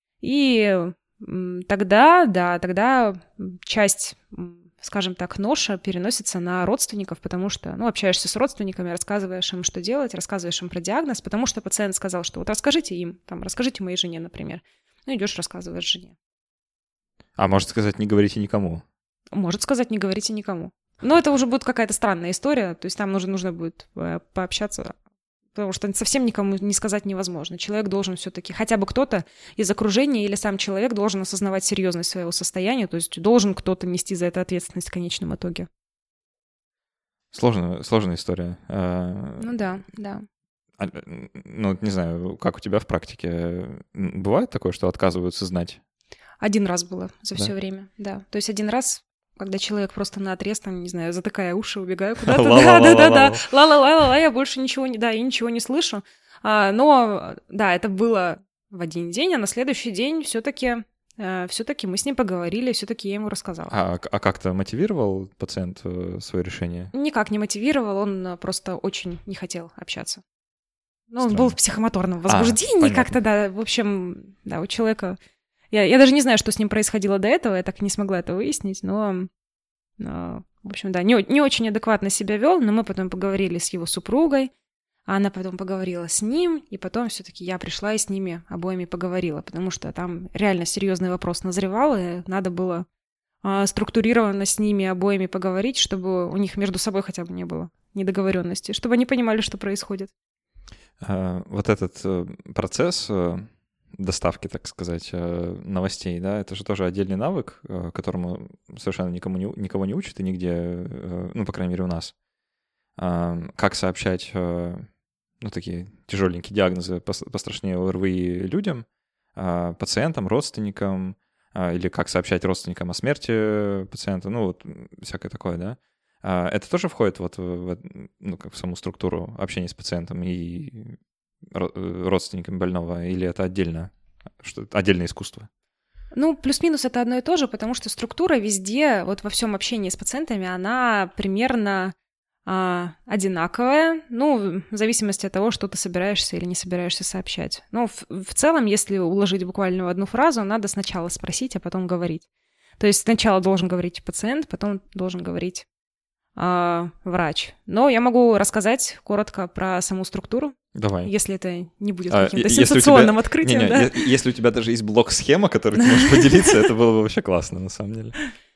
И тогда, да, тогда часть, скажем так, ноша переносится на родственников, потому что, ну, общаешься с родственниками, рассказываешь им, что делать, рассказываешь им про диагноз, потому что пациент сказал, что вот расскажите им, там, расскажите моей жене, например. Ну, идешь, рассказываешь жене. А может сказать, не говорите никому? Может сказать, не говорите никому. Но это уже будет какая-то странная история, то есть там нужно, нужно будет пообщаться, потому что совсем никому не сказать невозможно. Человек должен все-таки, хотя бы кто-то из окружения или сам человек должен осознавать серьезность своего состояния, то есть должен кто-то нести за это ответственность в конечном итоге. Сложная, сложная история. Ну да, да. Ну, не знаю, как у тебя в практике? Бывает такое, что отказываются знать? Один раз было за да? все время, да. То есть один раз, когда человек просто наотрез, там, не знаю, затыкая уши, убегаю куда-то. Да-да-да-да. Ла-ла-ла-ла-ла, я больше ничего не... Да, я ничего не слышу. А, но, да, это было в один день, а на следующий день все-таки все-таки мы с ним поговорили, все-таки я ему рассказала. А, а как-то мотивировал пациент свое решение? Никак не мотивировал, он просто очень не хотел общаться. Ну, он был в психомоторном возбуждении а, как-то, да. В общем, да, у человека... Я, я даже не знаю, что с ним происходило до этого, я так и не смогла это выяснить, но, но в общем, да, не, не очень адекватно себя вел, но мы потом поговорили с его супругой, а она потом поговорила с ним, и потом все-таки я пришла и с ними обоими поговорила, потому что там реально серьезный вопрос назревал, и надо было а, структурированно с ними обоими поговорить, чтобы у них между собой хотя бы не было недоговоренности, чтобы они понимали, что происходит. А, вот этот процесс доставки, так сказать, новостей, да, это же тоже отдельный навык, которому совершенно никому не, никого не учат и нигде, ну, по крайней мере, у нас. Как сообщать, ну, такие тяжеленькие диагнозы, пострашнее ОРВИ людям, пациентам, родственникам, или как сообщать родственникам о смерти пациента, ну, вот всякое такое, да. Это тоже входит вот в, ну, как в саму структуру общения с пациентом и родственниками больного, или это отдельно, что отдельное искусство? Ну, плюс-минус это одно и то же, потому что структура везде, вот во всем общении с пациентами, она примерно а, одинаковая, ну, в зависимости от того, что ты собираешься или не собираешься сообщать. Но в, в целом, если уложить буквально в одну фразу, надо сначала спросить, а потом говорить. То есть сначала должен говорить пациент, потом должен говорить а, врач. Но я могу рассказать коротко про саму структуру. Давай. Если это не будет а, каким-то сенсационным тебя... открытием, не, не, да? Е- если у тебя даже есть блок-схема, которой ты можешь поделиться, это было бы вообще классно, на самом деле.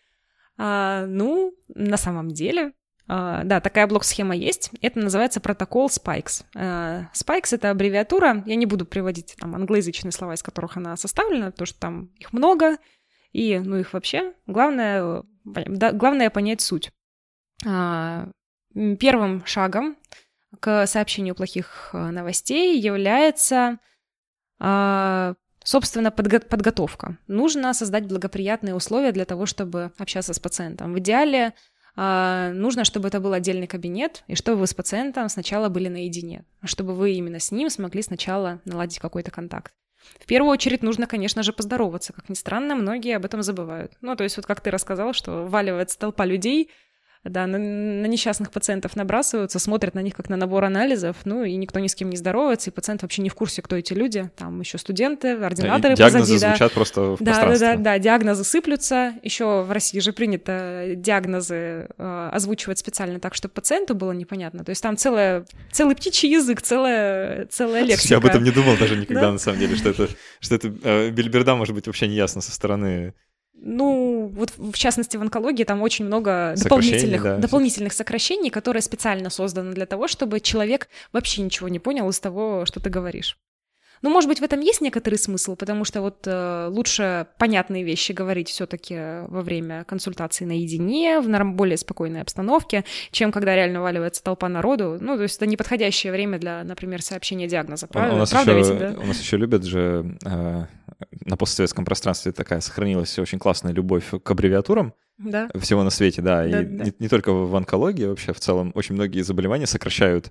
А, ну, на самом деле, а, да, такая блок-схема есть. Это называется протокол спайкс. А, спайкс — это аббревиатура. Я не буду приводить там англоязычные слова, из которых она составлена, потому что там их много, и, ну, их вообще. Главное, да, главное понять суть. А, первым шагом к сообщению плохих новостей является, а, Собственно, подго- подготовка. Нужно создать благоприятные условия для того, чтобы общаться с пациентом. В идеале э, нужно, чтобы это был отдельный кабинет, и чтобы вы с пациентом сначала были наедине, чтобы вы именно с ним смогли сначала наладить какой-то контакт. В первую очередь нужно, конечно же, поздороваться. Как ни странно, многие об этом забывают. Ну, то есть вот как ты рассказал, что вваливается толпа людей, да, на, на несчастных пациентов набрасываются, смотрят на них как на набор анализов, ну и никто ни с кем не здоровается, и пациент вообще не в курсе, кто эти люди, там еще студенты, ординаторы да, позади. Диагнозы да. звучат просто в да, пространстве. Да, да, да, диагнозы сыплются, еще в России же принято диагнозы э, озвучивать специально так, чтобы пациенту было непонятно, то есть там целая, целый птичий язык, целая, целая лексика. Я об этом не думал даже никогда, на самом деле, что это, что это э, бельберда может быть вообще неясно со стороны... Ну, вот в частности в онкологии там очень много дополнительных, да, дополнительных сокращений, которые специально созданы для того, чтобы человек вообще ничего не понял из того, что ты говоришь. Ну, может быть, в этом есть некоторый смысл, потому что вот э, лучше понятные вещи говорить все-таки во время консультации наедине, в норм- более спокойной обстановке, чем когда реально валивается толпа народу. Ну, то есть это неподходящее время для, например, сообщения диагноза. Правда, у нас Правда еще, ведь, да? У нас еще любят же... Э, на постсоветском пространстве такая сохранилась очень классная любовь к аббревиатурам. Да. Всего на свете, да. да и да. Не, не только в онкологии, вообще в целом очень многие заболевания сокращают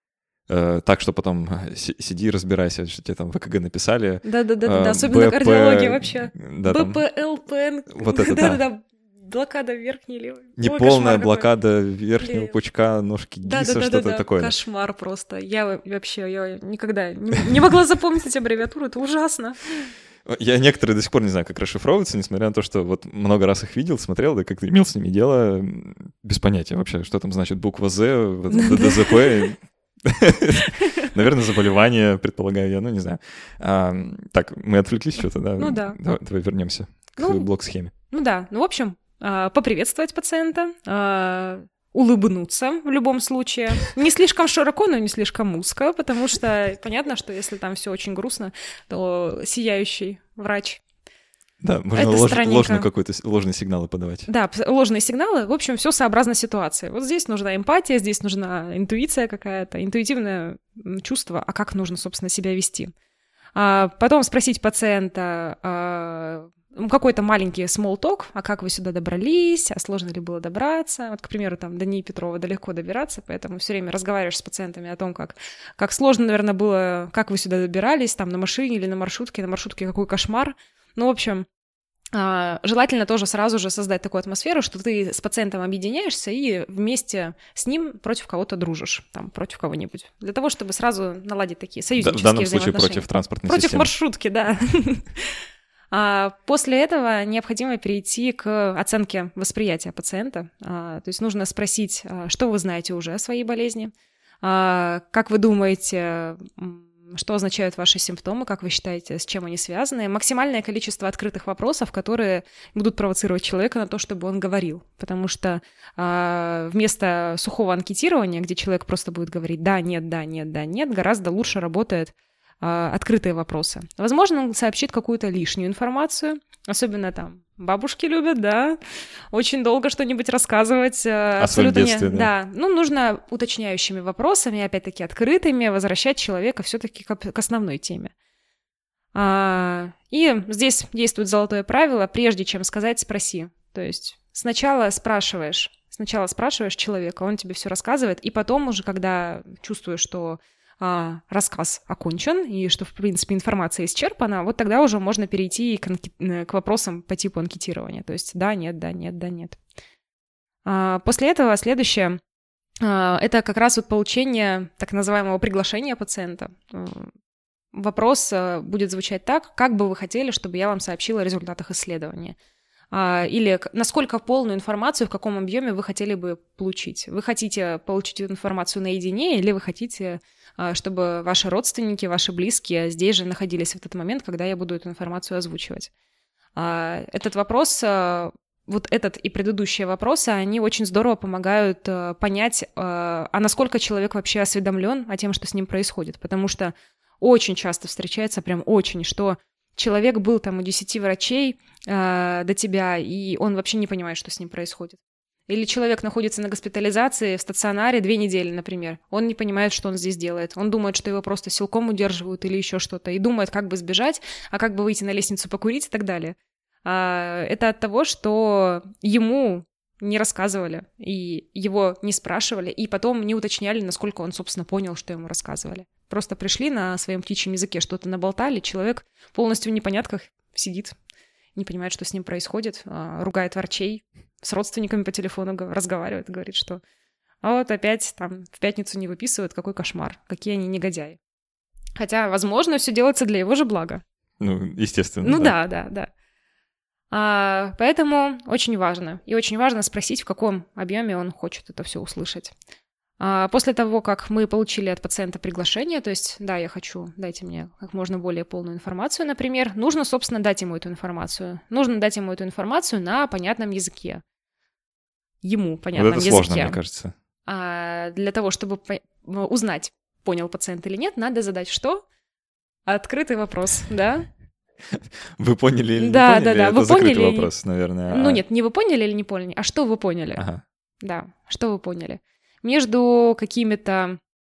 э, так, что потом сиди и разбирайся, что тебе там в ЭКГ написали. Да-да-да, э, особенно БП, кардиология вообще. Да, БПЛПН. Вот это да. Да-да-да. Блокада верхней левой. Неполная Ой, блокада верхнего Лев. пучка ножки да, ГИСа, да, да, что-то да, да. такое. Кошмар просто. Я вообще я никогда не, не могла запомнить эти аббревиатуры, это ужасно. Я некоторые до сих пор не знаю, как расшифровываются, несмотря на то, что вот много раз их видел, смотрел, да как-то имел с ними дело, без понятия вообще, что там значит буква З, ДЗП. Наверное, заболевание, предполагаю я, ну не знаю. Так, мы отвлеклись что-то, да? Ну да. Давай вернемся к блок-схеме. Ну да, ну в общем, поприветствовать пациента, улыбнуться в любом случае. Не слишком широко, но не слишком узко, потому что понятно, что если там все очень грустно, то сияющий врач. Да, можно лож, ложную какой-то, ложные сигналы подавать. Да, ложные сигналы. В общем, все сообразно ситуации. Вот здесь нужна эмпатия, здесь нужна интуиция какая-то, интуитивное чувство, а как нужно, собственно, себя вести. А потом спросить пациента... А, какой-то маленький small talk, а как вы сюда добрались, а сложно ли было добраться. Вот, к примеру, там до НИИ Петрова далеко добираться, поэтому все время разговариваешь с пациентами о том, как, как сложно, наверное, было, как вы сюда добирались, там на машине или на маршрутке, на маршрутке какой кошмар. Ну, в общем, желательно тоже сразу же создать такую атмосферу, что ты с пациентом объединяешься и вместе с ним против кого-то дружишь, там, против кого-нибудь, для того, чтобы сразу наладить такие союзнические взаимоотношения. В данном случае против транспортной против системы. Против маршрутки, да. А после этого необходимо перейти к оценке восприятия пациента. А, то есть нужно спросить, что вы знаете уже о своей болезни, а, как вы думаете, что означают ваши симптомы, как вы считаете, с чем они связаны. Максимальное количество открытых вопросов, которые будут провоцировать человека на то, чтобы он говорил. Потому что а, вместо сухого анкетирования, где человек просто будет говорить «да», «нет», «да», «нет», «да», «нет», гораздо лучше работает открытые вопросы. Возможно, он сообщит какую-то лишнюю информацию, особенно там бабушки любят, да, очень долго что-нибудь рассказывать. О своем детстве, не... да. да. Ну, нужно уточняющими вопросами, опять-таки открытыми, возвращать человека все-таки к основной теме. И здесь действует золотое правило: прежде чем сказать, спроси. То есть сначала спрашиваешь, сначала спрашиваешь человека, он тебе все рассказывает, и потом уже, когда чувствуешь, что рассказ окончен, и что, в принципе, информация исчерпана, вот тогда уже можно перейти к, анкет... к вопросам по типу анкетирования. То есть да, нет, да, нет, да, нет. После этого следующее — это как раз вот получение так называемого приглашения пациента. Вопрос будет звучать так: как бы вы хотели, чтобы я вам сообщила о результатах исследования? Или насколько полную информацию, в каком объеме вы хотели бы получить? Вы хотите получить эту информацию наедине, или вы хотите, чтобы ваши родственники, ваши близкие здесь же находились в этот момент, когда я буду эту информацию озвучивать? Этот вопрос, вот этот и предыдущие вопросы, они очень здорово помогают понять, а насколько человек вообще осведомлен о том, что с ним происходит. Потому что очень часто встречается, прям очень, что человек был там у десяти врачей э, до тебя, и он вообще не понимает, что с ним происходит. Или человек находится на госпитализации в стационаре две недели, например. Он не понимает, что он здесь делает. Он думает, что его просто силком удерживают или еще что-то. И думает, как бы сбежать, а как бы выйти на лестницу покурить и так далее. А это от того, что ему не рассказывали, и его не спрашивали, и потом не уточняли, насколько он, собственно, понял, что ему рассказывали. Просто пришли на своем птичьем языке, что-то наболтали, человек полностью в непонятках сидит, не понимает, что с ним происходит, ругает врачей, с родственниками по телефону разговаривает, говорит, что а вот опять там в пятницу не выписывают, какой кошмар, какие они негодяи. Хотя, возможно, все делается для его же блага. Ну, естественно. Ну да, да, да. да. А, поэтому очень важно. И очень важно спросить, в каком объеме он хочет это все услышать. А, после того, как мы получили от пациента приглашение, то есть, да, я хочу, дайте мне как можно более полную информацию, например, нужно, собственно, дать ему эту информацию. Нужно дать ему эту информацию на понятном языке. Ему понятном языке. Вот это сложно, мне кажется. А для того, чтобы по- узнать, понял пациент или нет, надо задать что? Открытый вопрос, да? Вы поняли или да, не поняли? Да, да, Это вы закрытый поняли вопрос, наверное. Ну а... нет, не вы поняли или не поняли, а что вы поняли? Ага. Да, что вы поняли? Между какими-то,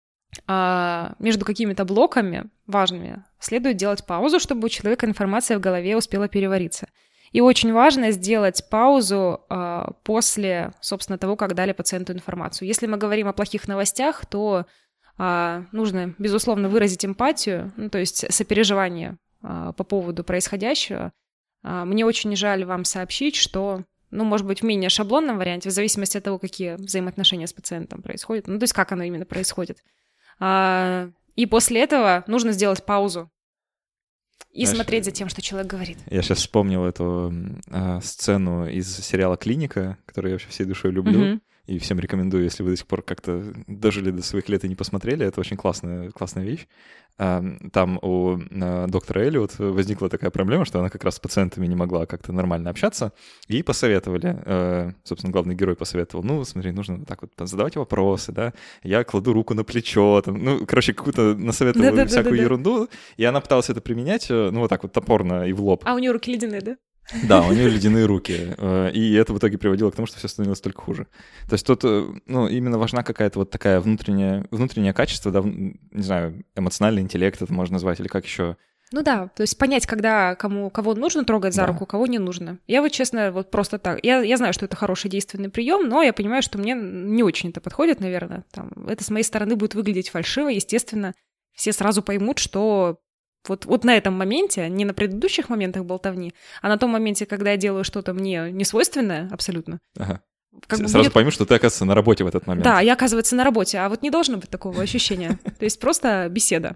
а, между какими-то блоками важными следует делать паузу, чтобы у человека информация в голове успела перевариться. И очень важно сделать паузу а, после, собственно, того, как дали пациенту информацию. Если мы говорим о плохих новостях, то а, нужно, безусловно, выразить эмпатию, ну, то есть сопереживание по поводу происходящего. Мне очень жаль вам сообщить, что, ну, может быть, в менее шаблонном варианте, в зависимости от того, какие взаимоотношения с пациентом происходят, ну, то есть как оно именно происходит. И после этого нужно сделать паузу и Знаешь, смотреть за тем, что человек говорит. Я сейчас вспомнил эту э, сцену из сериала «Клиника», которую я вообще всей душой люблю. Mm-hmm. И всем рекомендую, если вы до сих пор как-то дожили до своих лет и не посмотрели. Это очень классная, классная вещь. Там у доктора Эллиот возникла такая проблема, что она как раз с пациентами не могла как-то нормально общаться. И посоветовали, собственно, главный герой посоветовал, ну, смотри, нужно вот так вот задавать вопросы, да. Я кладу руку на плечо, там, ну, короче, какую-то насоветовала да, всякую да, да, ерунду. Да. И она пыталась это применять, ну, вот так вот топорно и в лоб. А у нее руки ледяные, да? Да, у нее ледяные руки, и это в итоге приводило к тому, что все становилось только хуже. То есть тут, ну, именно важна какая-то вот такая внутренняя, внутреннее качество, да, не знаю, эмоциональный интеллект это можно назвать, или как еще. Ну да, то есть понять, когда кому, кого нужно трогать за да. руку, кого не нужно. Я вот, честно, вот просто так, я, я знаю, что это хороший действенный прием, но я понимаю, что мне не очень это подходит, наверное. Там, это с моей стороны будет выглядеть фальшиво, естественно, все сразу поймут, что... Вот, вот на этом моменте, не на предыдущих моментах болтовни, а на том моменте, когда я делаю что-то мне несвойственное абсолютно. Ага. Как бы Сразу будет... пойму, что ты, оказывается, на работе в этот момент. Да, я, оказывается, на работе, а вот не должно быть такого ощущения. То есть просто беседа.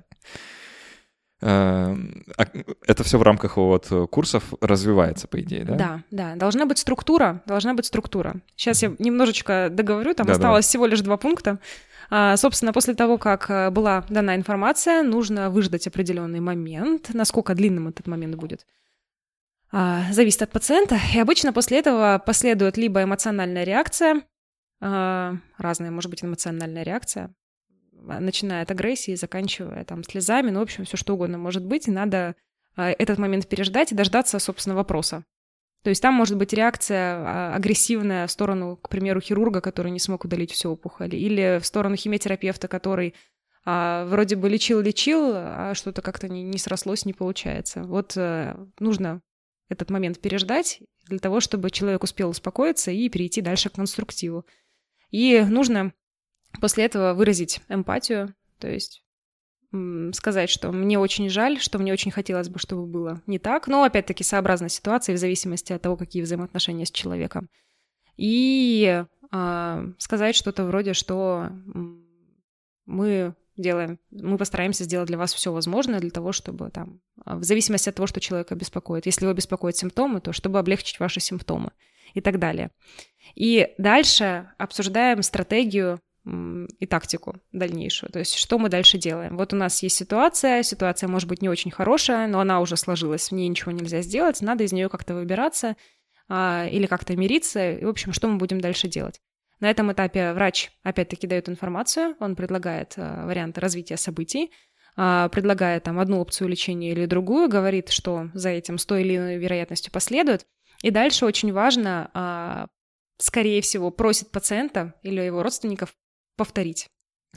Это все в рамках вот курсов развивается, по идее, да? Да, да. Должна быть структура, должна быть структура. Сейчас я немножечко договорю, там осталось всего лишь два пункта. А, собственно, после того, как была дана информация, нужно выждать определенный момент. Насколько длинным этот момент будет, а, зависит от пациента. И обычно после этого последует либо эмоциональная реакция, а, разная, может быть, эмоциональная реакция, начиная от агрессии, заканчивая там слезами, ну, в общем, все что угодно может быть. И надо а, этот момент переждать и дождаться, собственно, вопроса. То есть там может быть реакция агрессивная в сторону, к примеру, хирурга, который не смог удалить всю опухоль, или в сторону химиотерапевта, который а, вроде бы лечил-лечил, а что-то как-то не, не срослось, не получается. Вот а, нужно этот момент переждать для того, чтобы человек успел успокоиться и перейти дальше к конструктиву. И нужно после этого выразить эмпатию, то есть сказать, что мне очень жаль, что мне очень хотелось бы, чтобы было не так. Но, опять-таки, сообразно ситуации в зависимости от того, какие взаимоотношения с человеком. И э, сказать что-то вроде, что мы делаем, мы постараемся сделать для вас все возможное для того, чтобы там, в зависимости от того, что человека беспокоит. Если его беспокоят симптомы, то чтобы облегчить ваши симптомы и так далее. И дальше обсуждаем стратегию и тактику дальнейшую. То есть что мы дальше делаем? Вот у нас есть ситуация, ситуация может быть не очень хорошая, но она уже сложилась, в ней ничего нельзя сделать, надо из нее как-то выбираться а, или как-то мириться. И, в общем, что мы будем дальше делать? На этом этапе врач опять-таки дает информацию, он предлагает а, варианты развития событий, а, предлагает там одну опцию лечения или другую, говорит, что за этим с той или иной вероятностью последует. И дальше очень важно а, скорее всего, просит пациента или его родственников повторить.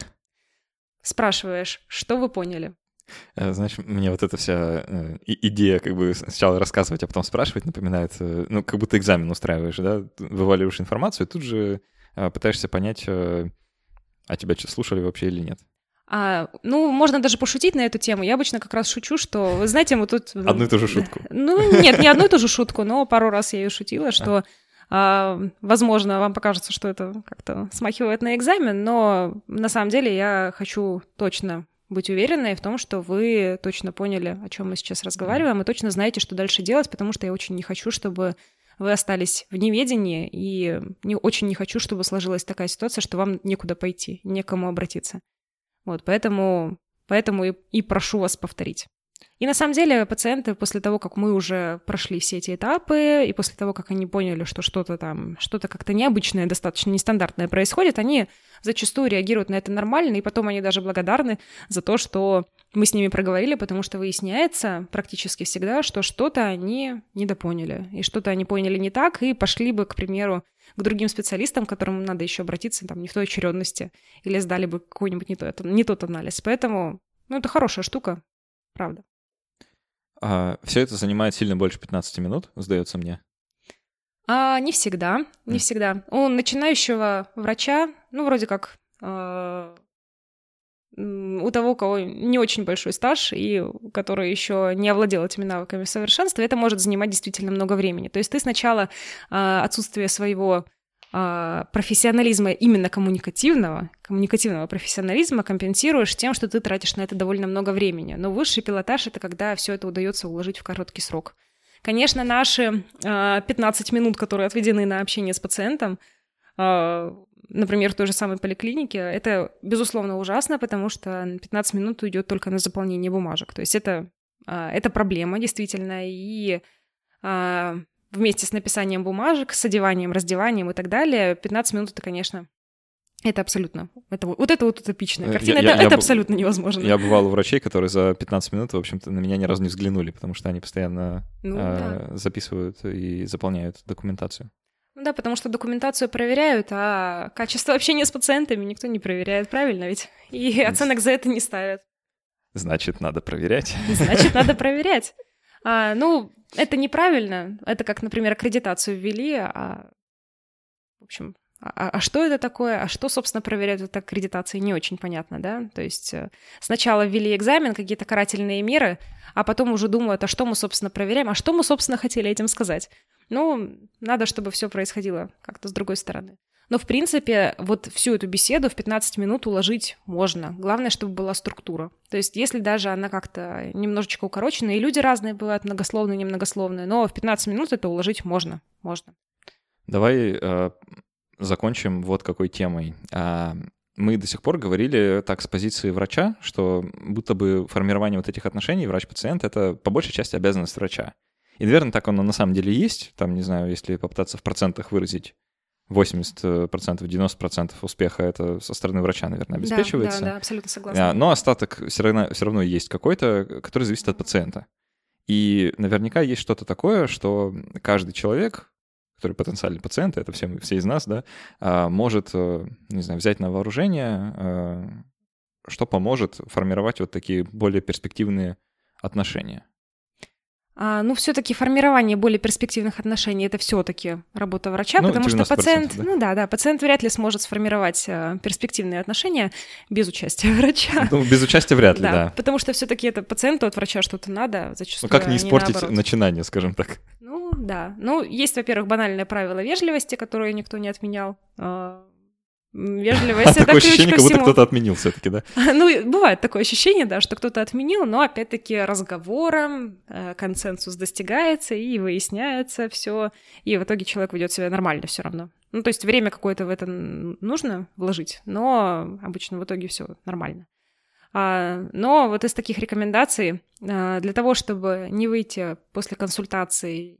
Спрашиваешь, что вы поняли? Знаешь, мне вот эта вся э, идея как бы сначала рассказывать, а потом спрашивать напоминает, э, ну, как будто экзамен устраиваешь, да, вываливаешь информацию, и тут же э, пытаешься понять, э, а тебя что, слушали вообще или нет. А, ну, можно даже пошутить на эту тему. Я обычно как раз шучу, что, вы знаете, мы тут... Одну и ту же шутку. Ну, нет, не одну и ту же шутку, но пару раз я ее шутила, что, а, возможно, вам покажется, что это как-то смахивает на экзамен, но на самом деле я хочу точно быть уверенной в том, что вы точно поняли, о чем мы сейчас разговариваем, и точно знаете, что дальше делать, потому что я очень не хочу, чтобы вы остались в неведении, и не, очень не хочу, чтобы сложилась такая ситуация, что вам некуда пойти, некому обратиться. Вот, поэтому, поэтому и, и прошу вас повторить. И на самом деле пациенты после того, как мы уже прошли все эти этапы, и после того, как они поняли, что что-то там, что-то как-то необычное, достаточно нестандартное происходит, они зачастую реагируют на это нормально, и потом они даже благодарны за то, что мы с ними проговорили, потому что выясняется практически всегда, что что-то они недопоняли, и что-то они поняли не так, и пошли бы, к примеру, к другим специалистам, к которым надо еще обратиться там не в той очередности, или сдали бы какой-нибудь не тот, не тот анализ. Поэтому, ну, это хорошая штука, правда. А, все это занимает сильно больше пятнадцати минут, сдается мне. А, не всегда, не mm. всегда. У начинающего врача, ну, вроде как э, у того, у кого не очень большой стаж и который еще не овладел этими навыками в совершенстве, это может занимать действительно много времени. То есть ты сначала э, отсутствие своего э, профессионализма, именно коммуникативного, коммуникативного профессионализма компенсируешь тем, что ты тратишь на это довольно много времени. Но высший пилотаж — это когда все это удается уложить в короткий срок. Конечно, наши э, пятнадцать минут, которые отведены на общение с пациентом, э, например, в той же самой поликлинике, это, безусловно, ужасно, потому что пятнадцать минут уйдет только на заполнение бумажек. То есть это, э, это проблема, действительно, и э, вместе с написанием бумажек, с одеванием, раздеванием и так далее, пятнадцать минут — это, конечно, это абсолютно, это, вот это вот утопичная картина, я, это, я, это я, абсолютно невозможно. Я бывал у врачей, которые за пятнадцать минут, в общем-то, на меня ни разу не взглянули, потому что они постоянно ну, э, да. записывают и заполняют документацию. Да, потому что документацию проверяют, а качество общения с пациентами никто не проверяет, правильно ведь? И оценок за это не ставят. Значит, надо проверять. Значит, надо проверять. А, ну, это неправильно. Это как, например, аккредитацию ввели, а, в общем... А, а что это такое? А что, собственно, проверяют этой аккредитации? Не очень понятно, да? То есть сначала ввели экзамен, какие-то карательные меры, а потом уже думают, а что мы, собственно, проверяем? А что мы, собственно, хотели этим сказать? Ну, надо, чтобы все происходило как-то с другой стороны. Но, в принципе, вот всю эту беседу в пятнадцать минут уложить можно. Главное, чтобы была структура. То есть если даже она как-то немножечко укорочена, и люди разные бывают, многословные, немногословные, но в пятнадцать минут это уложить можно. Можно. Давай... Э... закончим вот какой темой. Мы до сих пор говорили так с позиции врача, что будто бы формирование вот этих отношений врач-пациент — это по большей части обязанность врача. И, наверное, так оно на самом деле есть. Там, не знаю, если попытаться в процентах выразить, восемьдесят процентов, девяносто процентов успеха это со стороны врача, наверное, обеспечивается. Да, да, да, абсолютно согласна. Но остаток все равно, все равно есть какой-то, который зависит от пациента. И наверняка есть что-то такое, что каждый человек, который потенциальный пациент, это все, все из нас, да, может, не знаю, взять на вооружение, что поможет формировать вот такие более перспективные отношения. А, ну, все-таки формирование более перспективных отношений — это все-таки работа врача, ну, потому что пациент, да? ну да, да, пациент вряд ли сможет сформировать а, перспективные отношения без участия врача. Ну, без участия вряд ли, да. да. Потому что все-таки это пациенту от врача что-то надо, зачастую. Ну, как не испортить наоборот. Начинание, скажем так. Ну, да. Ну, есть, во-первых, банальное правило вежливости, которое никто не отменял. Вежливость — это такое ключ ощущение, ко как всему. будто кто-то отменил все-таки, да? Ну, бывает такое ощущение, да, что кто-то отменил, но опять-таки разговором консенсус достигается и выясняется все, и в итоге человек ведет себя нормально все равно. Ну, то есть время какое-то в это нужно вложить, но обычно в итоге все нормально. Но вот из таких рекомендаций для того, чтобы не выйти после консультации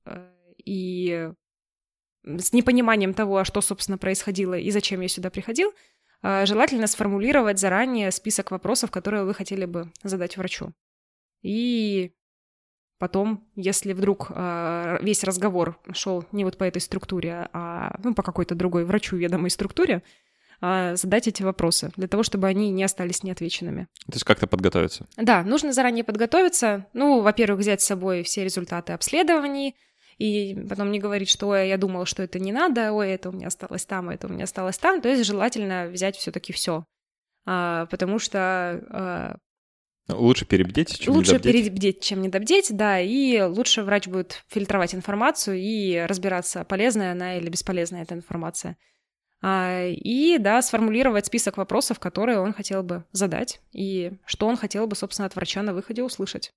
и с непониманием того, что, собственно, происходило и зачем я сюда приходил, желательно сформулировать заранее список вопросов, которые вы хотели бы задать врачу. И потом, если вдруг э, весь разговор шел не вот по этой структуре, а ну, по какой-то другой врачу ведомой структуре, э, задать эти вопросы для того, чтобы они не остались неотвеченными. То есть как-то подготовиться? Да, нужно заранее подготовиться. Ну, во-первых, взять с собой все результаты обследований, и потом не говорить, что ой, я думала, что это не надо, ой, это у меня осталось там, это у меня осталось там. То есть желательно взять все-таки все, а, потому что а, лучше перебдеть, чем лучше недобдеть. Лучше перебдеть, чем недобдеть, да, и лучше врач будет фильтровать информацию и разбираться, полезная она или бесполезная эта информация. А, и, да, сформулировать список вопросов, которые он хотел бы задать, и что он хотел бы, собственно, от врача на выходе услышать.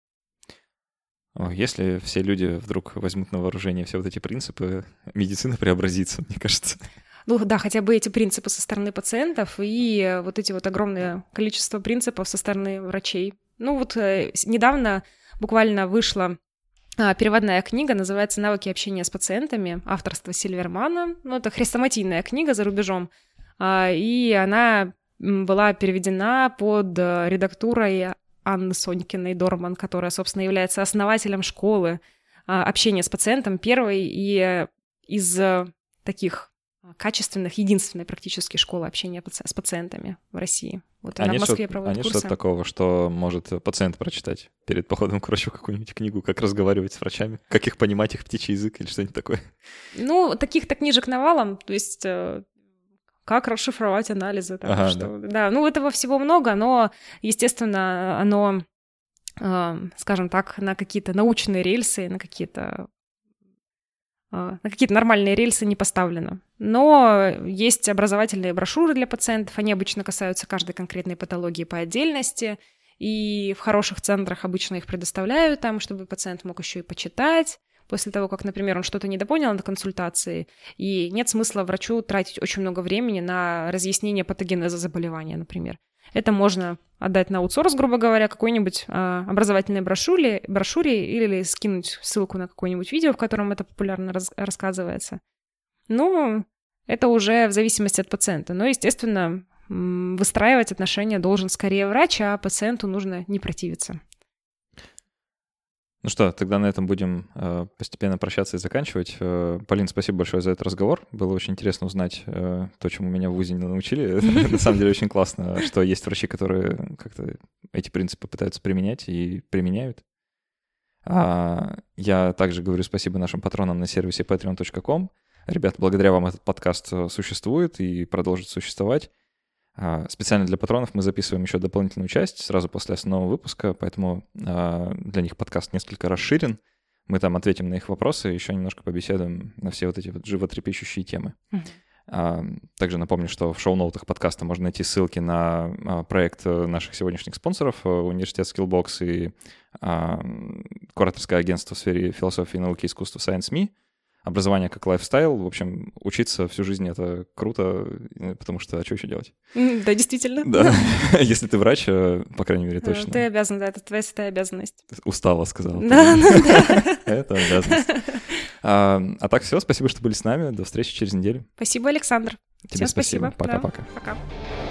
Если все люди вдруг возьмут на вооружение все вот эти принципы, медицина преобразится, мне кажется. Ну да, хотя бы эти принципы со стороны пациентов и вот эти вот огромное количество принципов со стороны врачей. Ну вот э, недавно буквально вышла э, переводная книга, называется «Навыки общения с пациентами», авторства Сильвермана. Ну это хрестоматийная книга за рубежом, э, и она была переведена под э, редактурой Анны Сонькиной Дорман, которая, собственно, является основателем школы а, общения с пациентом, первой и из а, таких качественных, единственной практически школы общения с пациентами в России. Вот она а в Москве что, проводит а курсы. А нет что-то такого, что может пациент прочитать перед походом к врачу какую-нибудь книгу, как разговаривать с врачами, как их понимать, их птичий язык или что-нибудь такое? Ну, таких-то книжек навалом, то есть... как расшифровать анализы. Там, ага, что, да. да, ну этого всего много, но, естественно, оно, э, скажем так, на какие-то научные рельсы, на какие-то, э, на какие-то нормальные рельсы не поставлено. Но есть образовательные брошюры для пациентов, они обычно касаются каждой конкретной патологии по отдельности, и в хороших центрах обычно их предоставляют там, чтобы пациент мог еще и почитать. После того, как, например, он что-то недопонял на консультации, и нет смысла врачу тратить очень много времени на разъяснение патогенеза заболевания, например. Это можно отдать на аутсорс, грубо говоря, какой-нибудь а, образовательной брошюре, брошюре или скинуть ссылку на какое-нибудь видео, в котором это популярно раз, рассказывается. Ну, это уже в зависимости от пациента. Но, естественно, выстраивать отношения должен скорее врач, а пациенту нужно не противиться. Ну что, тогда на этом будем э, постепенно прощаться и заканчивать. Э, Полин, спасибо большое за этот разговор. Было очень интересно узнать э, то, чему меня в ВУЗе не научили. На самом деле очень классно, что есть врачи, которые как-то эти принципы пытаются применять и применяют. Я также говорю спасибо нашим патронам на сервисе патреон точка ком. Ребята, благодаря вам этот подкаст существует и продолжит существовать. Специально для патронов мы записываем еще дополнительную часть сразу после основного выпуска, поэтому для них подкаст несколько расширен. Мы там ответим на их вопросы, еще немножко побеседуем на все вот эти вот животрепещущие темы. Mm-hmm. Также напомню, что в шоу-ноутах подкаста можно найти ссылки на проект наших сегодняшних спонсоров, университет Skillbox и кураторское агентство в сфере философии, науки и искусства Science.me. Образование как лайфстайл. В общем, учиться всю жизнь — это круто, потому что а что еще делать? Да, действительно. Да, если ты врач, по крайней мере, точно. Ты обязан, да, это твоя святая обязанность. Устала, сказала. Да, да. Это обязанность. А так все, спасибо, что были с нами. До встречи через неделю. Спасибо, Александр. Тебе спасибо. Пока-пока. Пока.